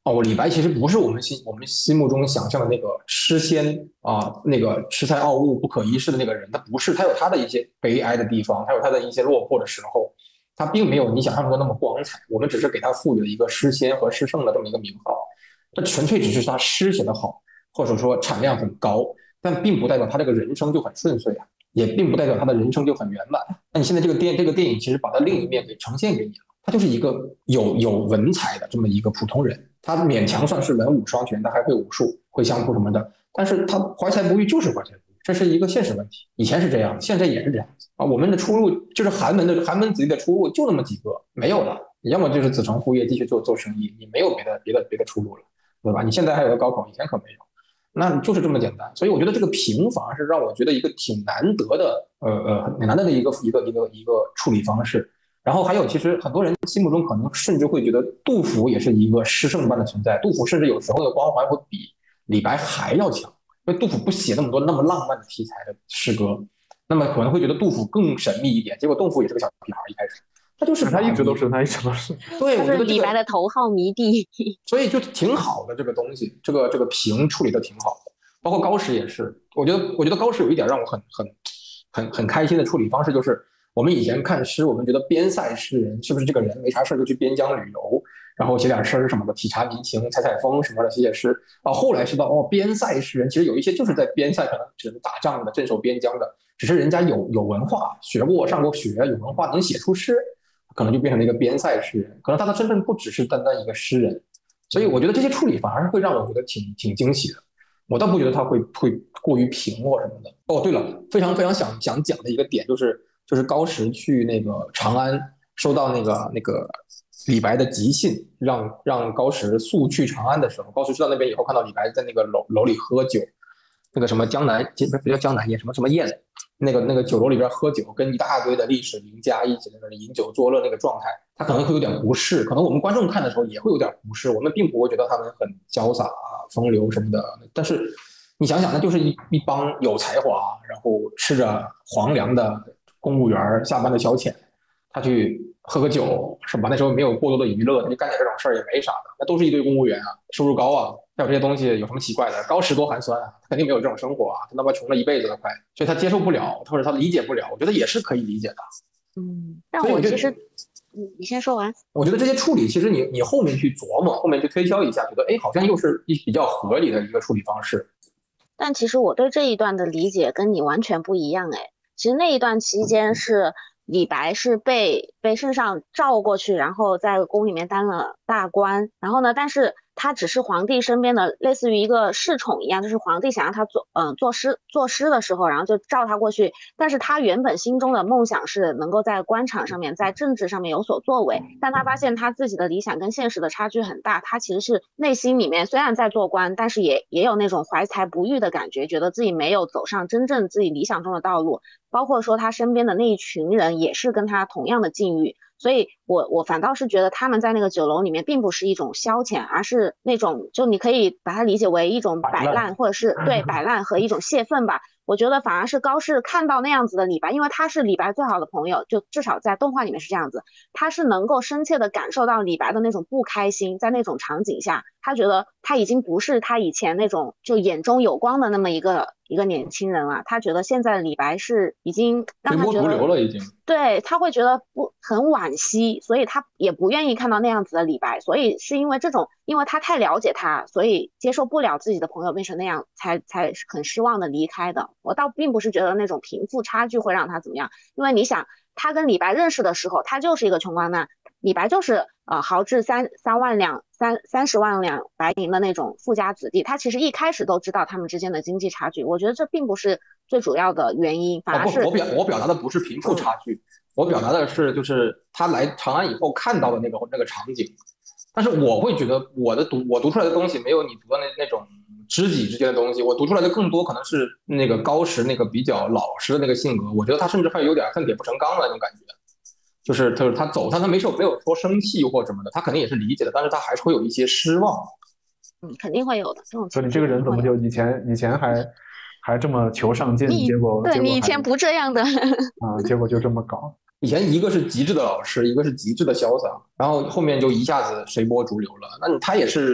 哦，李白其实不是我们心我们心目中想象的那个诗仙啊，那个恃才傲物不可一世的那个人，他不是，他有他的一些悲哀的地方，他有他的一些落魄的时候，他并没有你想象中的那么光彩。我们只是给他赋予了一个诗仙和诗圣的这么一个名号，这纯粹只是他诗写得好，或者说产量很高，但并不代表他这个人生就很顺遂啊，也并不代表他的人生就很圆满。那你现在这个电这个电影其实把他另一面给呈现给你了，他就是一个有有文采的这么一个普通人。他勉强算是文武双全，他还会武术，会相扑什么的，但是他怀才不遇就是怀才不遇，这是一个现实问题。以前是这样，现在也是这样啊。我们的出路就是寒门的寒门子弟的出路就那么几个，没有了。你要么就是子承父业继续做做生意，你没有别的别的别的出路了，对吧？你现在还有个高考，以前可没有，那就是这么简单。所以我觉得这个评反而是让我觉得一个挺难得的，呃呃，挺难得的一个一个一个一个处理方式。然后还有，其实很多人心目中可能甚至会觉得杜甫也是一个诗圣般的存在，杜甫甚至有时候的光环会比李白还要强，因为杜甫不写那么多那么浪漫的题材的诗歌，那么可能会觉得杜甫更神秘一点。结果杜甫也是个小屁孩，一开始他就是他一直都是，他一直都是， 对，我觉得、这个、 李白的头号迷弟， 所以就挺好的这个东西，这个这个评处理的挺好的，包括高适也是，我觉得我觉得高适有一点让我很很很很开心的处理方式就是。我们以前看诗，我们觉得边塞诗人是不是这个人没啥事就去边疆旅游，然后写点诗什么的，体察民情、采采风什么的，写写诗。到后来知道，哦，边塞诗人其实有一些就是在边塞可能只能打仗的、镇守边疆的，只是人家有有文化，学过、上过学，有文化，能写出诗，可能就变成了一个边塞诗人。可能他的身份不只是单单一个诗人，所以我觉得这些处理反而是会让我觉得挺挺惊喜的。我倒不觉得他会会过于平或什么的。哦，对了，非常非常想想讲的一个点就是。就是高适去那个长安，收到那个那个李白的急信，让让高适速去长安的时候，高适去到那边以后，看到李白在那个楼楼里喝酒，那个什么江南不叫江南宴，什么什么宴，那个那个酒楼里边喝酒，跟一大堆的历史名家一起在那里饮酒作乐那个状态，他可能会有点不适，可能我们观众看的时候也会有点不适，我们并不会觉得他们很潇洒、风流什么的，但是你想想，那就是一一帮有才华，然后吃着皇粮的。公务员下班的消遣，他去喝个酒是吧？那时候没有过多的娱乐，他就干点这种事儿也没啥的，那都是一堆公务员啊，收入高啊，还有这些东西有什么奇怪的？高适多寒酸啊，他肯定没有这种生活啊，他他妈穷了一辈子都快，所以他接受不了，或者他理解不了，我觉得也是可以理解的。 嗯，但我其实，嗯，你先说完。 我觉得这些处理，其实你你后面去琢磨，后面去推敲一下，觉得哎，好像又是一比较合理的一个处理方式。 但其实我对这一段的理解跟你完全不一样哎。其实那一段期间是李白是被被圣上召过去，然后在宫里面当了大官，然后呢，但是他只是皇帝身边的类似于一个侍宠一样，就是皇帝想让他做嗯、呃、作诗作诗的时候，然后就召他过去。但是他原本心中的梦想是能够在官场上面，在政治上面有所作为，但他发现他自己的理想跟现实的差距很大，他其实是内心里面虽然在做官，但是也也有那种怀才不遇的感觉，觉得自己没有走上真正自己理想中的道路。包括说他身边的那一群人也是跟他同样的境遇，所以我我反倒是觉得他们在那个酒楼里面并不是一种消遣，而是那种就你可以把它理解为一种摆烂，或者是对摆烂和一种泄愤吧。我觉得反而是高适看到那样子的李白，因为他是李白最好的朋友，就至少在动画里面是这样子，他是能够深切的感受到李白的那种不开心，在那种场景下，他觉得他已经不是他以前那种就眼中有光的那么一个一个年轻人了，他觉得现在的李白是已经让他觉得随波逐流了，已经。 对，他会觉得不很惋惜，所以他也不愿意看到那样子的李白，所以是因为这种，因为他太了解他，所以接受不了自己的朋友变成那样，才才很失望的离开的。我倒并不是觉得那种贫富差距会让他怎么样，因为你想，他跟李白认识的时候，他就是一个穷光蛋，李白就是呃豪掷三三万两三三十万两白银的那种富家子弟，他其实一开始都知道他们之间的经济差距，我觉得这并不是最主要的原因，反而是、 哦、我表我表达的不是贫富差距、嗯，我表达的是就是他来长安以后看到的那个那个场景，但是我会觉得我的读我读出来的东西没有你读的那那种知己之间的东西，我读出来的更多可能是那个高适那个比较老实的那个性格，我觉得他甚至还有点恨铁不成钢的那种感觉。就是他他走，他他没说没有说生气或什么的，他肯定也是理解的，但是他还是会有一些失望。 嗯，肯定会有的。这种所以你这个人怎么就以前以前还还这么求上进，结果对你以前不这样的啊，结果就这么搞。 以前一个是极致的老师，一个是极致的潇洒，然后后面就一下子随波逐流了。那他也是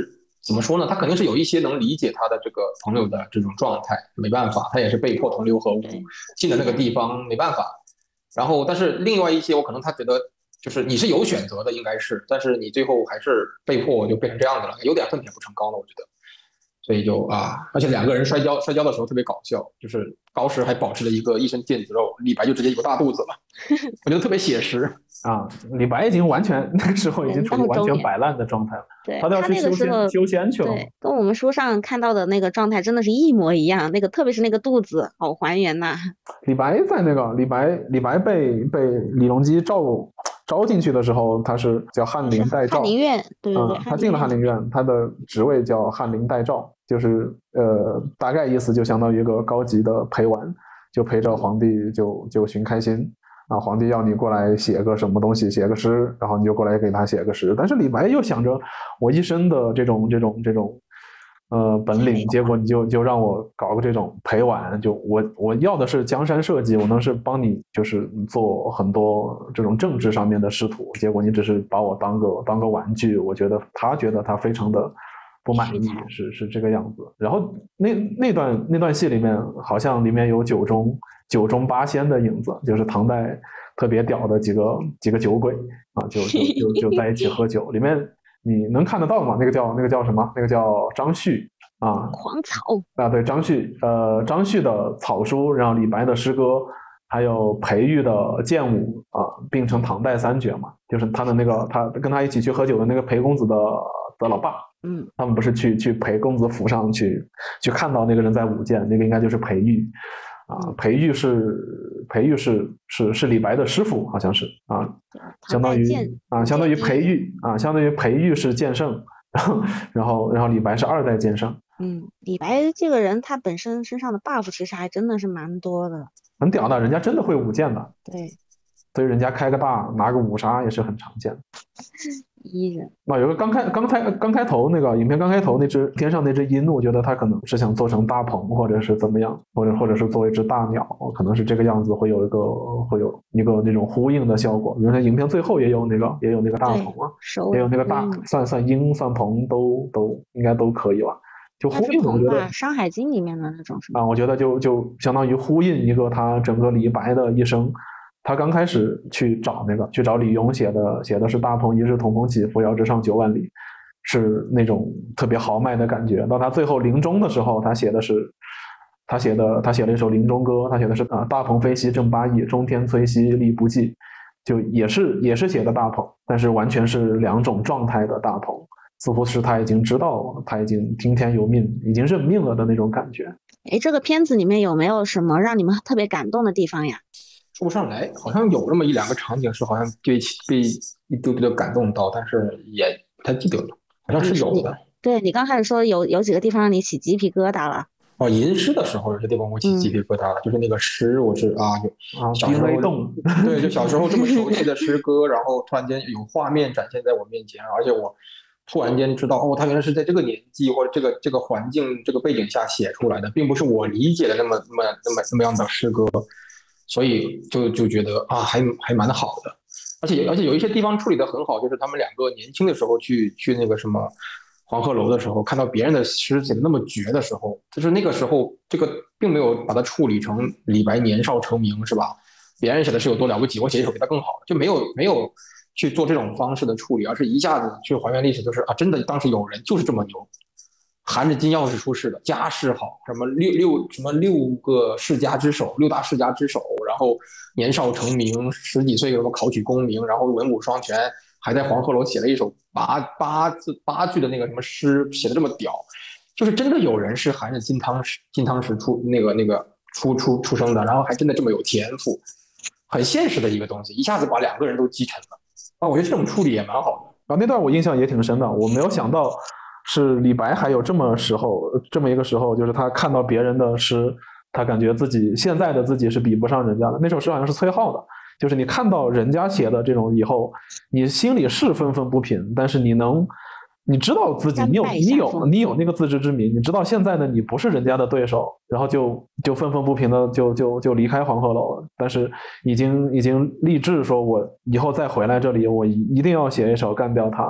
怎么说呢？他肯定是有一些能理解他的这个朋友的这种状态，没办法，他也是被迫同流合污进了那个地方，没办法。然后，但是另外一些，我可能他觉得就是你是有选择的，应该是，但是你最后还是被迫就变成这样子了，有点恨铁不成钢了，我觉得。所以就啊，而且两个人摔跤摔跤的时候特别搞笑，就是高石还保持了一个一身腱子肉，李白就直接有个大肚子了，我觉得特别写实啊。李白已经完全那个时候已经处于完全摆烂的状态了， 对， 他都要去修仙修仙去了。 对，跟我们书上看到的那个状态真的是一模一样，那个特别是那个肚子，好还原呐。 李白在那个李白李白被被李隆基召招进去的时候，他是叫翰林待诏， 翰林院，对对对、 嗯，他进了翰林院，他的职位叫翰林待诏，就是呃，大概意思就相当于一个高级的陪玩，就陪着皇帝就就寻开心啊，皇帝要你过来写个什么东西，写个诗，然后你就过来给他写个诗。但是李白又想着我一身的这种这种这种呃本领，结果你就就让我搞个这种陪玩，就我我要的是江山社稷，我能是帮你就是做很多这种政治上面的仕途，结果你只是把我当个当个玩具，我觉得他觉得他非常的不满意，是是这个样子。然后那那段那段戏里面，好像里面有酒中酒中八仙的影子，就是唐代特别屌的几个几个酒鬼啊，就就就就在一起喝酒。里面你能看得到吗？那个叫那个叫什么？那个叫张旭啊， 狂草啊，对，张旭，呃，张旭的草书，然后李白的诗歌，还有裴玉的剑舞啊，并称唐代三绝嘛，就是他的那个他跟他一起去喝酒的那个裴公子的的老爸。 嗯， 他们不是去去裴公子府上去去看到那个人在舞剑，那个应该就是裴玉啊。裴玉是裴玉是是是李白的师傅，好像是啊，相当于啊相当于裴玉啊，相当于裴玉是剑圣，然后然后然后李白是二代剑圣。 嗯，李白这个人他本身身上的 buff 其实还真的是蛮多的， 很屌的，人家真的会舞剑的。 对， 所以人家开个大拿个五杀也是很常见的。 伊人啊，有个刚开刚开刚开头那个影片刚开头那只天上那只鹰，我觉得他可能是想做成大鹏，或者是怎么样，或者或者是作为一只大鸟，可能是这个样子，会有一个会有一个那种呼应的效果。比如说影片最后也有那个也有那个大鹏啊，也有那个大、嗯、算算鹰算鹏都都应该都可以吧。就呼应，我觉得《 山海经》里面的那种是啊，我觉得就就相当于呼应一个他整个李白的一生。他刚开始去找那个去找李颉写的写的是大鹏一日同风起，扶摇直上九万里，是那种特别豪迈的感觉。到他最后临终的时候，他写的是他写的他写了一首临终歌，他写的是啊大鹏飞兮正八翼，中天摧兮力不济，就也是也是写的大鹏，但是完全是两种状态的大鹏，似乎是他已经知道他已经听天由命，已经认命了的那种感觉。 哎，这个片子里面有没有什么让你们特别感动的地方呀？ 说不上来，好像有那么一两个场景是好像被被一丢丢的感动到，但是也不太记得了，好像是有的。 对，你刚开始说有有几个地方让你起鸡皮疙瘩了。 哦，吟诗的时候有些地方我起鸡皮疙瘩了，嗯、就是那个诗，我是啊，就啊， 小时候动， 对，就小时候这么熟悉的诗歌，然后突然间有画面展现在我面前，而且我突然间知道，哦，他原来是在这个年纪或者这个这个环境这个背景下写出来的，并不是我理解的那么那么那么那么样的诗歌。所以就就觉得啊，还还蛮好的，而且而且有一些地方处理得很好，就是他们两个年轻的时候去去那个什么黄鹤楼的时候，看到别人的诗写的那么绝的时候，就是那个时候这个并没有把它处理成李白年少成名是吧？别人写的诗有多了不起，我写一首比他更好，就没有没有去做这种方式的处理，而是一下子去还原历史，就是啊，真的当时有人就是这么牛。含着金钥匙出世的，家世好，什么六六什么六个世家之首，六大世家之首，然后年少成名，十几岁什么考取功名，然后文武双全，还在黄鹤楼写了一首八八字八句的那个什么诗，写的这么屌，就是真的有人是含着金汤匙金汤匙出那个那个出出出生的，然后还真的这么有天赋，很现实的一个东西，一下子把两个人都击沉了啊！我觉得这种处理也蛮好的啊。那段我印象也挺深的，我没有想到。是李白还有这么时候这么一个时候，就是他看到别人的诗，他感觉自己现在的自己是比不上人家的。那首诗好像是崔颢的，就是你看到人家写的这种以后，你心里是愤愤不平，但是你能你知道自己你有你有你有那个自知之明，你知道现在的你不是人家的对手，然后就就愤愤不平的就就就离开黄鹤楼了。但是已经已经立志说，我以后再回来这里，我一定要写一首干掉他。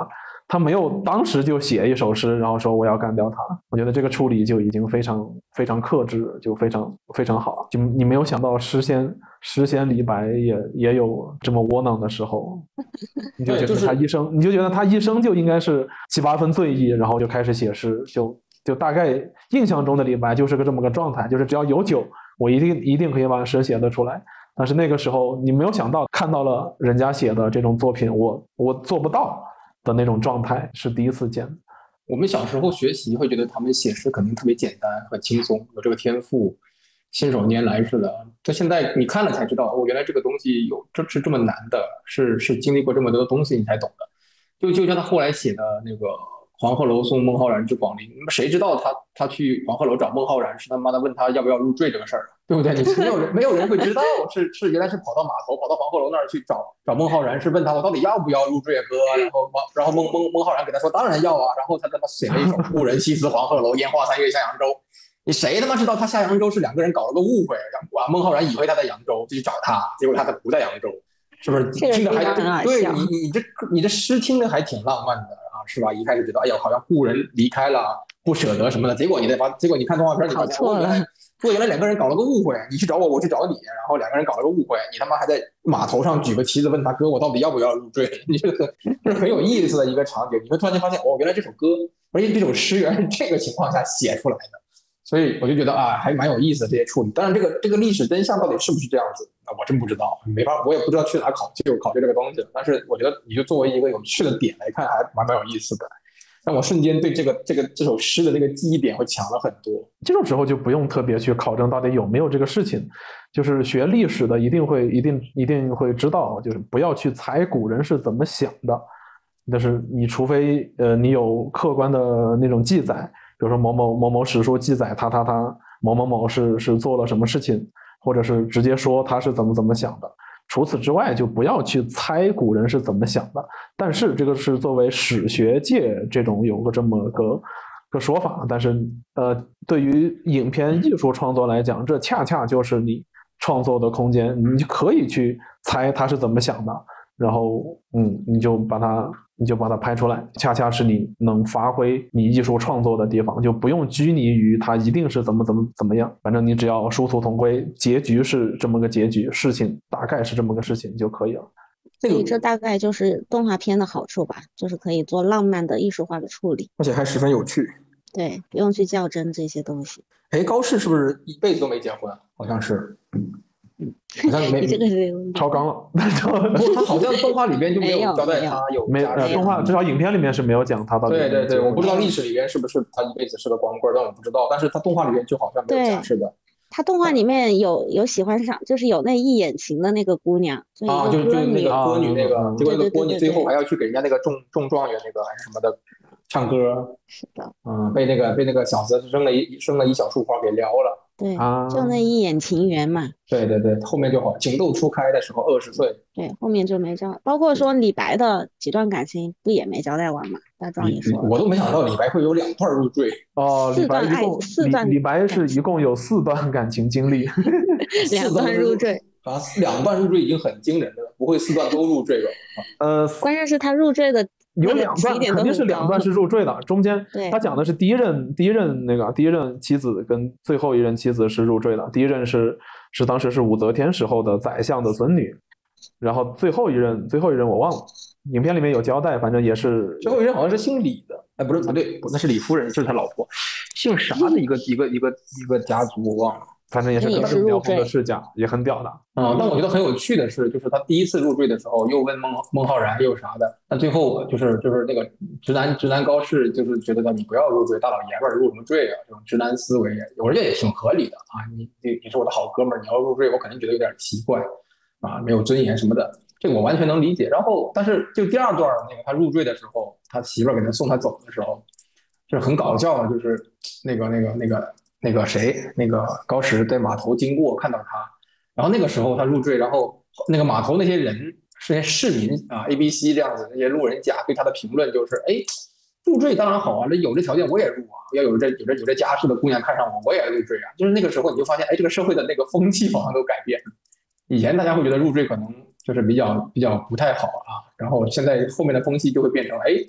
他没有当时就写一首诗，然后说我要干掉他。我觉得这个处理就已经非常非常克制，就非常非常好。就你没有想到诗仙诗仙李白也也有这么窝囊的时候，你就觉得他一生，你就觉得他一生就应该是七八分醉意，然后就开始写诗，就就大概印象中的李白就是个这么个状态，就是只要有酒，我一定一定可以把诗写得出来。但是那个时候你没有想到，看到了人家写的这种作品，我我做不到的那种状态是第一次见。 我们小时候学习会觉得他们写诗肯定特别简单和轻松，有这个天赋，信手拈来似的。到现在你看了才知道，哦，原来这个东西有这是这么难的，是是经历过这么多的东西你才懂的。就就像他后来写的那个黄鹤楼送孟浩然至广陵，谁知道他他去黄鹤楼找孟浩然是他妈的问他要不要入赘这个事儿，对不对？你没有人没有人会知道，是是原来是跑到码头跑到黄鹤楼那儿去找找孟浩然，是问他我到底要不要入赘哥？然后然后孟孟孟浩然给他说当然要啊，然后他他妈写了一首故人西辞黄鹤楼，烟花三月下扬州。你谁他妈知道他下扬州是两个人搞了个误会，啊孟浩然以为他在扬州就去找他，结果他不在扬州，是不是？听着还对你你这你这诗听着还挺浪漫的。是吧？一开始觉得哎呀，好像故人离开了，不舍得什么的。结果你再发，结果你看动画片，你发现哦，原来，说原来两个人搞了个误会，你去找我，我去找你，然后两个人搞了个误会，你他妈还在码头上举个旗子问他哥，我到底要不要入赘？你这个是很有意思的一个场景。你会突然间发现，哦，原来这首歌，而且这首诗原来是这个情况下写出来的。所以我就觉得啊，还蛮有意思的这些处理。当然，这个这个历史真相到底是不是这样子，那我真不知道，没法，我也不知道去哪考究考究这个东西。但是我觉得，你就作为一个有趣的点来看，还蛮蛮有意思的。让我瞬间对这个这个这首诗的这个记忆点会强了很多。 这种时候就不用特别去考证到底有没有这个事情，就是学历史的一定会一定一定会知道，就是不要去猜古人是怎么想的。但是你除非呃你有客观的那种记载。比如说某某某某史书记载他他他某某某是是做了什么事情，或者是直接说他是怎么怎么想的。除此之外，就不要去猜古人是怎么想的。但是这个是作为史学界这种有个这么个个说法，但是呃，对于影片艺术创作来讲，这恰恰就是你创作的空间，你就可以去猜他是怎么想的，然后嗯，你就把它。你就把它拍出来，恰恰是你能发挥你艺术创作的地方，就不用拘泥于它一定是怎么怎么怎么样，反正你只要殊途同归，结局是这么个结局，事情大概是这么个事情就可以了。 所以这大概就是动画片的好处吧，就是可以做浪漫的艺术化的处理， 而且还十分有趣。 对，不用去较真这些东西。 哎，高适是不是一辈子都没结婚？好像是。好像没这个是超纲了， 不，他好像动画里边就没有交代他有没呃动画至少影片里面是没有讲他到底。 对对对，我不知道历史里边是不是他一辈子是个光棍，但我不知道。但是他动画里边就好像没有假释的。 他动画里面有有喜欢上，就是有那一眼情的那个姑娘啊，就就那个歌女那个，结果那个歌女最后还要去给人家那个中中状元那个还是什么的唱歌。 是的， 嗯，被那个被那个小子扔了一扔了一小束花给撩了。 对，就那一眼情缘嘛。 对对对，后面就好，情窦初开的时候，二十岁。 对，后面就没交，包括说李白的几段感情不也没交代完嘛？大壮也说了， 我都没想到李白会有两段入赘哦。李白一共四段， 李白是一共有四段感情经历， 两段入赘啊，两段入赘已经很惊人了，不会四段都入赘吧？ 呃， 关键是他入赘的。 有两段，肯定是两段是入赘的。中间他讲的是第一任，第一任那个第一任妻子跟最后一任妻子是入赘的。第一任是是当时是武则天时候的宰相的孙女，然后最后一任最后一任我忘了，影片里面有交代，反正也是最后一任好像是姓李的，哎，不是不对，那是李夫人，就是他老婆，姓啥的一个一个一个一个家族我忘了。 反正也是很屌的视角，也很屌的。 嗯，但我觉得很有趣的是，就是他第一次入赘的时候，又问孟孟浩然又啥的，那最后就是就是那个直男直男高适，就是觉得你不要入赘，大老爷们儿入什么赘啊？这种直男思维，我觉得也挺合理的啊。你你你是我的好哥们儿，你要入赘，我肯定觉得有点奇怪啊，没有尊严什么的，这个我完全能理解。然后，但是就第二段那个他入赘的时候，他媳妇儿给他送他走的时候，就是很搞笑的，就是那个那个那个。那个谁，那个高适在码头经过看到他，然后那个时候他入赘，然后那个码头那些人，这些市民啊 ，A B C 这样子那些路人甲对他的评论就是，哎，入赘当然好啊，这有这条件我也入啊，要有这有这有这家世的姑娘看上我，我也入赘啊。就是那个时候你就发现，哎，这个社会的那个风气好像都改变了。以前大家会觉得入赘可能就是比较比较不太好啊，然后现在后面的风气就会变成，哎。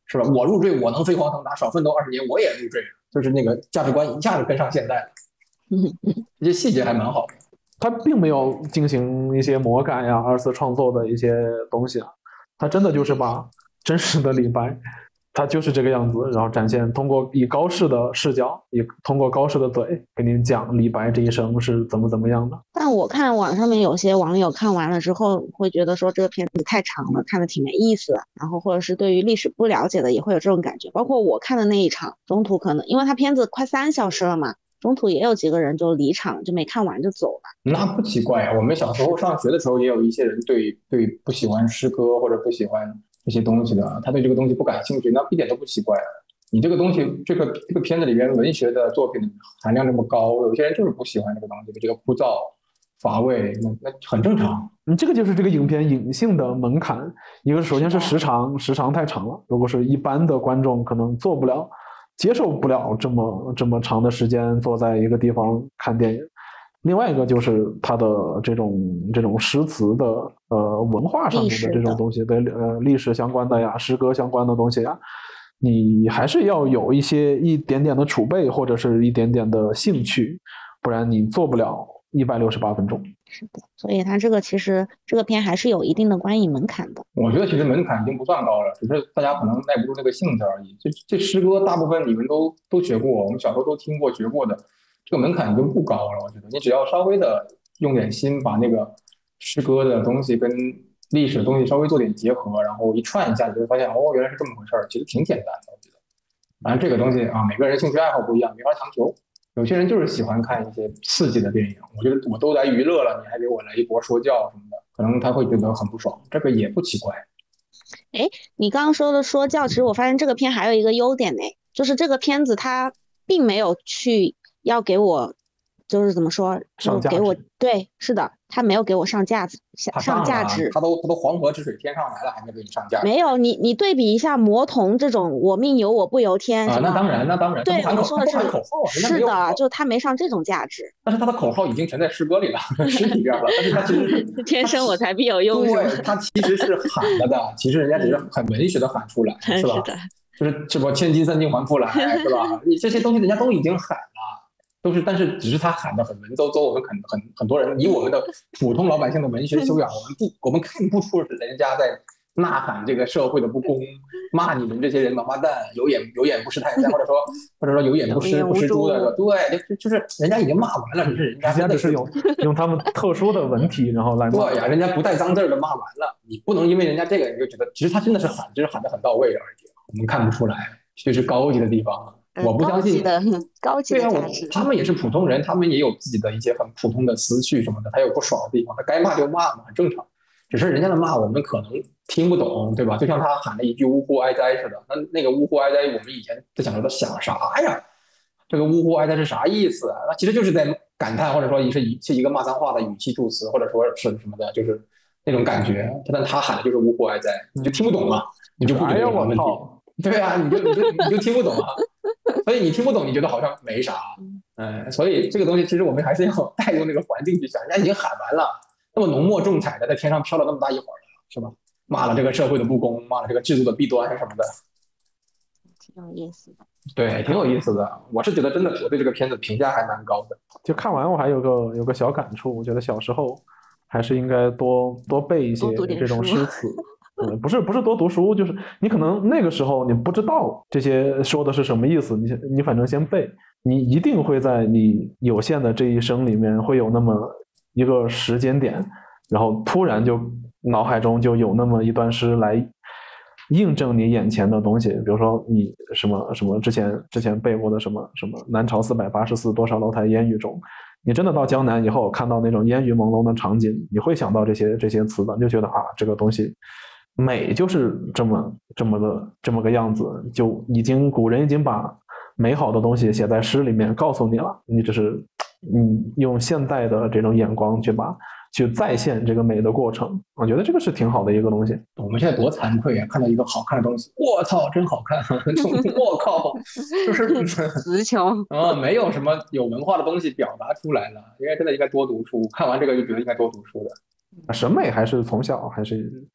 是吧？我入赘，我能飞黄腾达，少奋斗二十年，我也入赘，就是那个价值观一下子跟上现代了。这些细节还蛮好的。 他并没有进行一些魔改呀、二次创作的一些东西啊，他真的就是把真实的李白，他就是这个样子，然后展现，通过以高适的视角，以通过高适的嘴给你讲李白这一生是怎么怎么样的。 但我看网上面有些网友看完了之后，会觉得说这个片子太长了，看的挺没意思的，然后或者是对于历史不了解的也会有这种感觉。包括我看的那一场，中途可能因为他片子快三小时了嘛，中途也有几个人就离场，就没看完就走了。 那不奇怪啊，我们小时候上学的时候也有一些人对对不喜欢诗歌或者不喜欢这些东西的，他对这个东西不感兴趣，那一点都不奇怪。你这个东西，这个这个片子里边文学的作品含量这么高，有些人就是不喜欢这个东西，这个枯燥乏味，那那很正常。 嗯，这个就是这个影片隐性的门槛。一个首先是时长，时长太长了，如果是一般的观众可能做不了，接受不了这么这么长的时间坐在一个地方看电影。另外一个就是它的这种这种诗词的呃文化上面的这种东西，对呃历史相关的呀，诗歌相关的东西呀，你还是要有一些一点点的储备或者是一点点的兴趣，不然你做不了一百六十八分钟。 是的，所以它这个其实这个片还是有一定的观影门槛的。 我觉得其实门槛已经不算高了，只是大家可能耐不住那个性子而已。这这诗歌大部分你们都都学过，我们小时候都听过学过的。这个门槛已经不高了，我觉得你只要稍微的用点心，把那个诗歌的东西跟历史的东西稍微做点结合，然后一串一下，你就会发现哦，原来是这么回事儿，其实挺简单的，我觉得。当然这个东西啊，每个人兴趣爱好不一样，没法强求。有些人就是喜欢看一些刺激的电影，我觉得我都来娱乐了，你还给我来一波说教什么的，可能他会觉得很不爽，这个也不奇怪。 哎，你刚刚说的说教，其实我发现这个片还有一个优点呢，就是这个片子它并没有去要给我，就是怎么说，就给我，对，是的，他没有给我上价值，上价值， 他都他都黄河之水天上来了，还没给你上价值。 没有，你你对比一下魔童这种我命由我不由天啊，那当然，那当然， 对，我说的是口号， 是的，就他没上这种价值。 但是他的口号已经全在诗歌里了，诗里边了，但是他其实天生我材必有用， 对，他其实是喊了的，其实人家只是很文学的喊出来，是吧？ 是的， 就是什么千金散尽还复来，是吧？你这些东西人家都已经喊了。都是，但是只是他喊的很文绉绉，我们很很很多人以我们的普通老百姓的文学修养，我们不我们看不出人家在呐喊这个社会的不公，骂你们这些人王八蛋，有眼有眼不识泰山，或者说或者说有眼不识不识猪的，对，就就是人家已经骂完了，只是人家人家只是用用他们特殊的文体，然后来骂。 对呀，人家不带脏字的骂完了，你不能因为人家这个你就觉得，其实他真的是喊，只是喊得很到位而已，我们看不出来，这是高级的地方。我不相信的高级的价值， 他们也是普通人，他们也有自己的一些很普通的思绪什么的，他有不爽的地方，他该骂就骂嘛，很正常。只是人家的骂我们可能听不懂，对吧？就像他喊了一句“呜呼哀哉”似的，那那个“呜呼哀哉”，我们以前在想着想啥呀？这个“呜呼哀哉”是啥意思啊？那其实就是在感叹，或者说是一是一个骂脏话的语气助词，或者说是什么的，就是那种感觉。但他喊的就是“呜呼哀哉”，你就听不懂嘛，你就不觉得有什么问题。对啊，你就你就你就听不懂啊。所以你听不懂，你觉得好像没啥，嗯，所以这个东西其实我们还是要带入那个环境去想，人家已经喊完了，那么浓墨重彩的在天上飘了那么大一会儿了，是吧？骂了这个社会的不公，骂了这个制度的弊端什么的， 挺有意思的。 对，挺有意思的。我是觉得真的，我对这个片子评价还蛮高的。 就看完我还有个有个小感触，我觉得小时候还是应该多多背一些这种诗词。嗯，不是不是多读书，就是你可能那个时候你不知道这些说的是什么意思，你你反正先背，你一定会在你有限的这一生里面会有那么一个时间点，然后突然就脑海中就有那么一段诗来印证你眼前的东西，比如说你什么什么之前之前背过的什么什么南朝四百八十寺，多少楼台烟雨中，你真的到江南以后看到那种烟雨朦胧的场景，你会想到这些这些词的，你就觉得啊，这个东西美就是这么这么个这么个样子，就已经古人已经把美好的东西写在诗里面告诉你了，你只是你用现代的这种眼光去把去再现这个美的过程，我觉得这个是挺好的一个东西。 我们现在多惭愧啊！看到一个好看的东西，我操，真好看！我靠，就是词穷啊，没有什么有文化的东西表达出来了。应该真的应该多读书，看完这个就觉得应该多读书的。 审美还是从小还是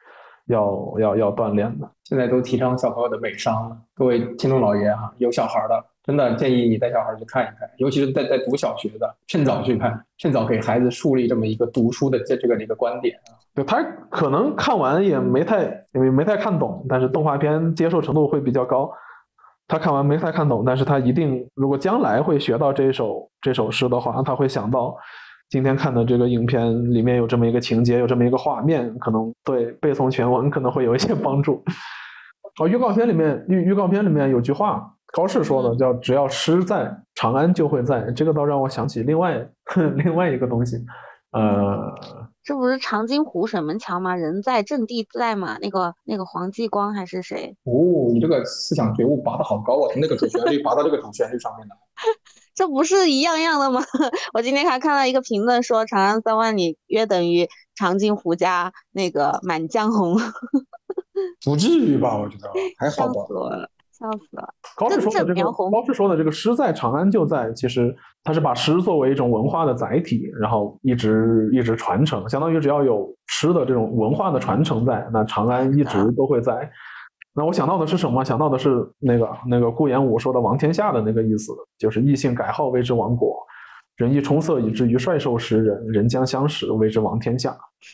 要要要锻炼的。 现在都提倡小朋友的美商了，各位听众老爷哈，有小孩的真的建议你带小孩去看一看，尤其是在在读小学的，趁早去看，趁早给孩子树立这么一个读书的这这个一个观点啊。 对，他可能看完也没太因为没太看懂，但是动画片接受程度会比较高。他看完没太看懂，但是他一定如果将来会学到这首这首诗的话，他会想到今天看的这个影片里面有这么一个情节，有这么一个画面，可能对背诵全文可能会有一些帮助。哦，预告片里面预预告片里面有句话，高适说的叫只要诗在，长安就会在，这个倒让我想起另外另外一个东西。呃， 这不是长津湖水门桥吗？人在阵地在嘛？那个那个黄继光还是谁？ 哦，你这个思想觉悟拔得好高啊，从那个主旋律拔到这个主旋律上面来。 这不是一样样的吗？我今天还看到一个评论说，长安三万里约等于长津湖加那个满江红。 不至于吧？我觉得还好笑吧。 死我了，笑死了。 高适说的这个正描红高适说的这个诗在长安就在，其实他是把诗作为一种文化的载体，然后一直一直传承，相当于只要有诗的这种文化的传承在，那长安一直都会在。那我想到的是什么？想到的是那个那个顾炎武说的王天下的那个意思，就是异姓改号谓之亡国，人亦充塞以至于帅兽食人，人将相识谓之王天下。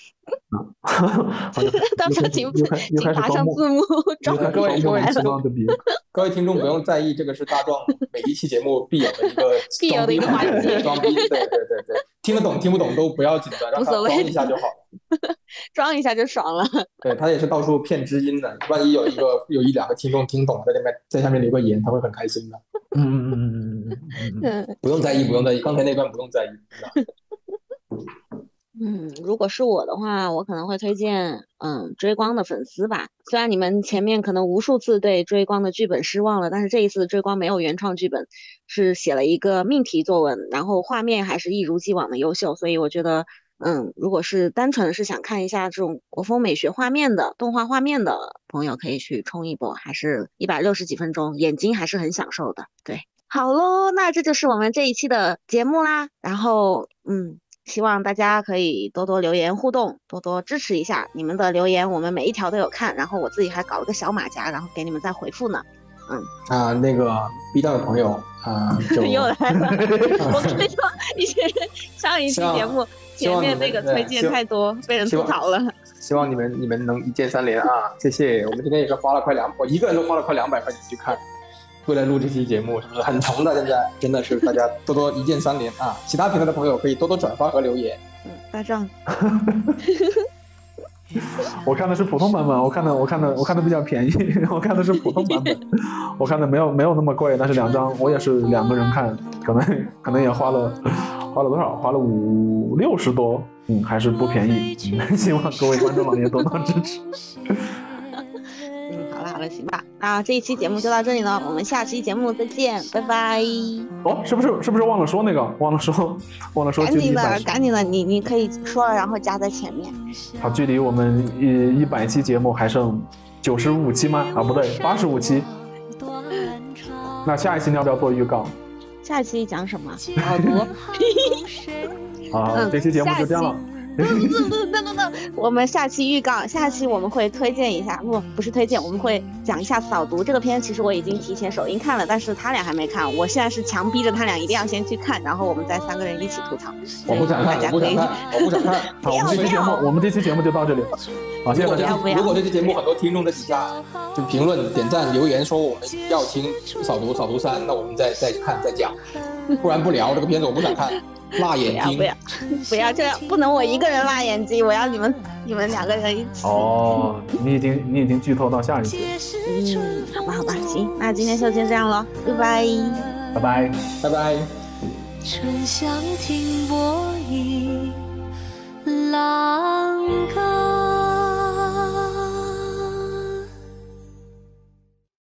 到时候请请打上字幕，装各位各位来了。 各位听众不用在意，这个是大壮每一期节目必有的一个必有的一个环节， 装逼，对对对对，听得懂听不懂都不要紧张，让他装一下就好了， 装一下就爽了。对， 他也是到处骗知音的，万一有一个有一两个听众听懂了，在这边在下面留个言，他会很开心的。 嗯嗯嗯嗯嗯， 不用在意，不用在意，刚才那段不用在意。 嗯，如果是我的话，我可能会推荐嗯追光的粉丝吧。虽然你们前面可能无数次对追光的剧本失望了，但是这一次追光没有原创剧本，是写了一个命题作文，然后画面还是一如既往的优秀，所以我觉得嗯，如果是单纯的是想看一下这种国风美学画面的动画画面的朋友，可以去冲一波，还是一百六十几分钟，眼睛还是很享受的。对，好咯，那这就是我们这一期的节目啦。然后嗯。希望大家可以多多留言互动，多多支持一下你们的留言，我们每一条都有看，然后我自己还搞了个小马甲，然后给你们再回复呢。嗯啊，那个 B 站的朋友啊，就又来了。我跟你说，以前上一期节目前面那个推荐太多，被人吐槽了。 希望你们你们能一键三连啊！谢谢，我们今天也是花了快两，我一个人都花了快两百块钱去看。为了录这期节目，是不是很穷的？现在真的是大家多多一键三连啊！其他平台的朋友可以多多转发和留言。 嗯，大壮， 我看的是普通版本，我看的我看的我看的比较便宜，我看的是普通版本，我看的没有没有那么贵，但是两张我也是两个人看，可能可能也花了花了多少？花了五六十多，嗯，还是不便宜。嗯、希望各位观众老爷多多支持。 嗯，好了好了，行吧，那这一期节目就到这里了，我们下期节目再见，拜拜。 哦，是不是是不是忘了说那个？忘了说，忘了说。 赶紧的，赶紧的，你你可以说了，然后加在前面。 好，距离我们一一百期节目还剩九十五期吗？啊，不对，八十五期。那下一期你要不要做预告？ 下一期讲什么？好读。 好，嗯、这期节目就这样了。 不不不不不不，我们下期预告，下期我们会推荐一下，不不是推荐，我们会讲一下扫毒这个片。其实我已经提前首映看了，但是他俩还没看，我现在是强逼着他俩一定要先去看，然后我们再三个人一起吐槽。 我不想看，我不想看，我不想看。 好，我们这期节目，我们这期节目就到这里。好，谢谢大家。 如果这期节目很多听众在底下就评论、点赞、留言说我们要听扫毒扫毒三，那我们再再看再讲，不然不聊这个片子，我不想看。辣眼睛， 不要不要这样，不能我一个人辣眼睛，我要你们你们两个人一起。 哦，你已经你已经剧透到下一集。 嗯，好吧好吧，行，那今天就先这样了，拜拜， 拜拜拜拜。 春香停泊倚，郎歌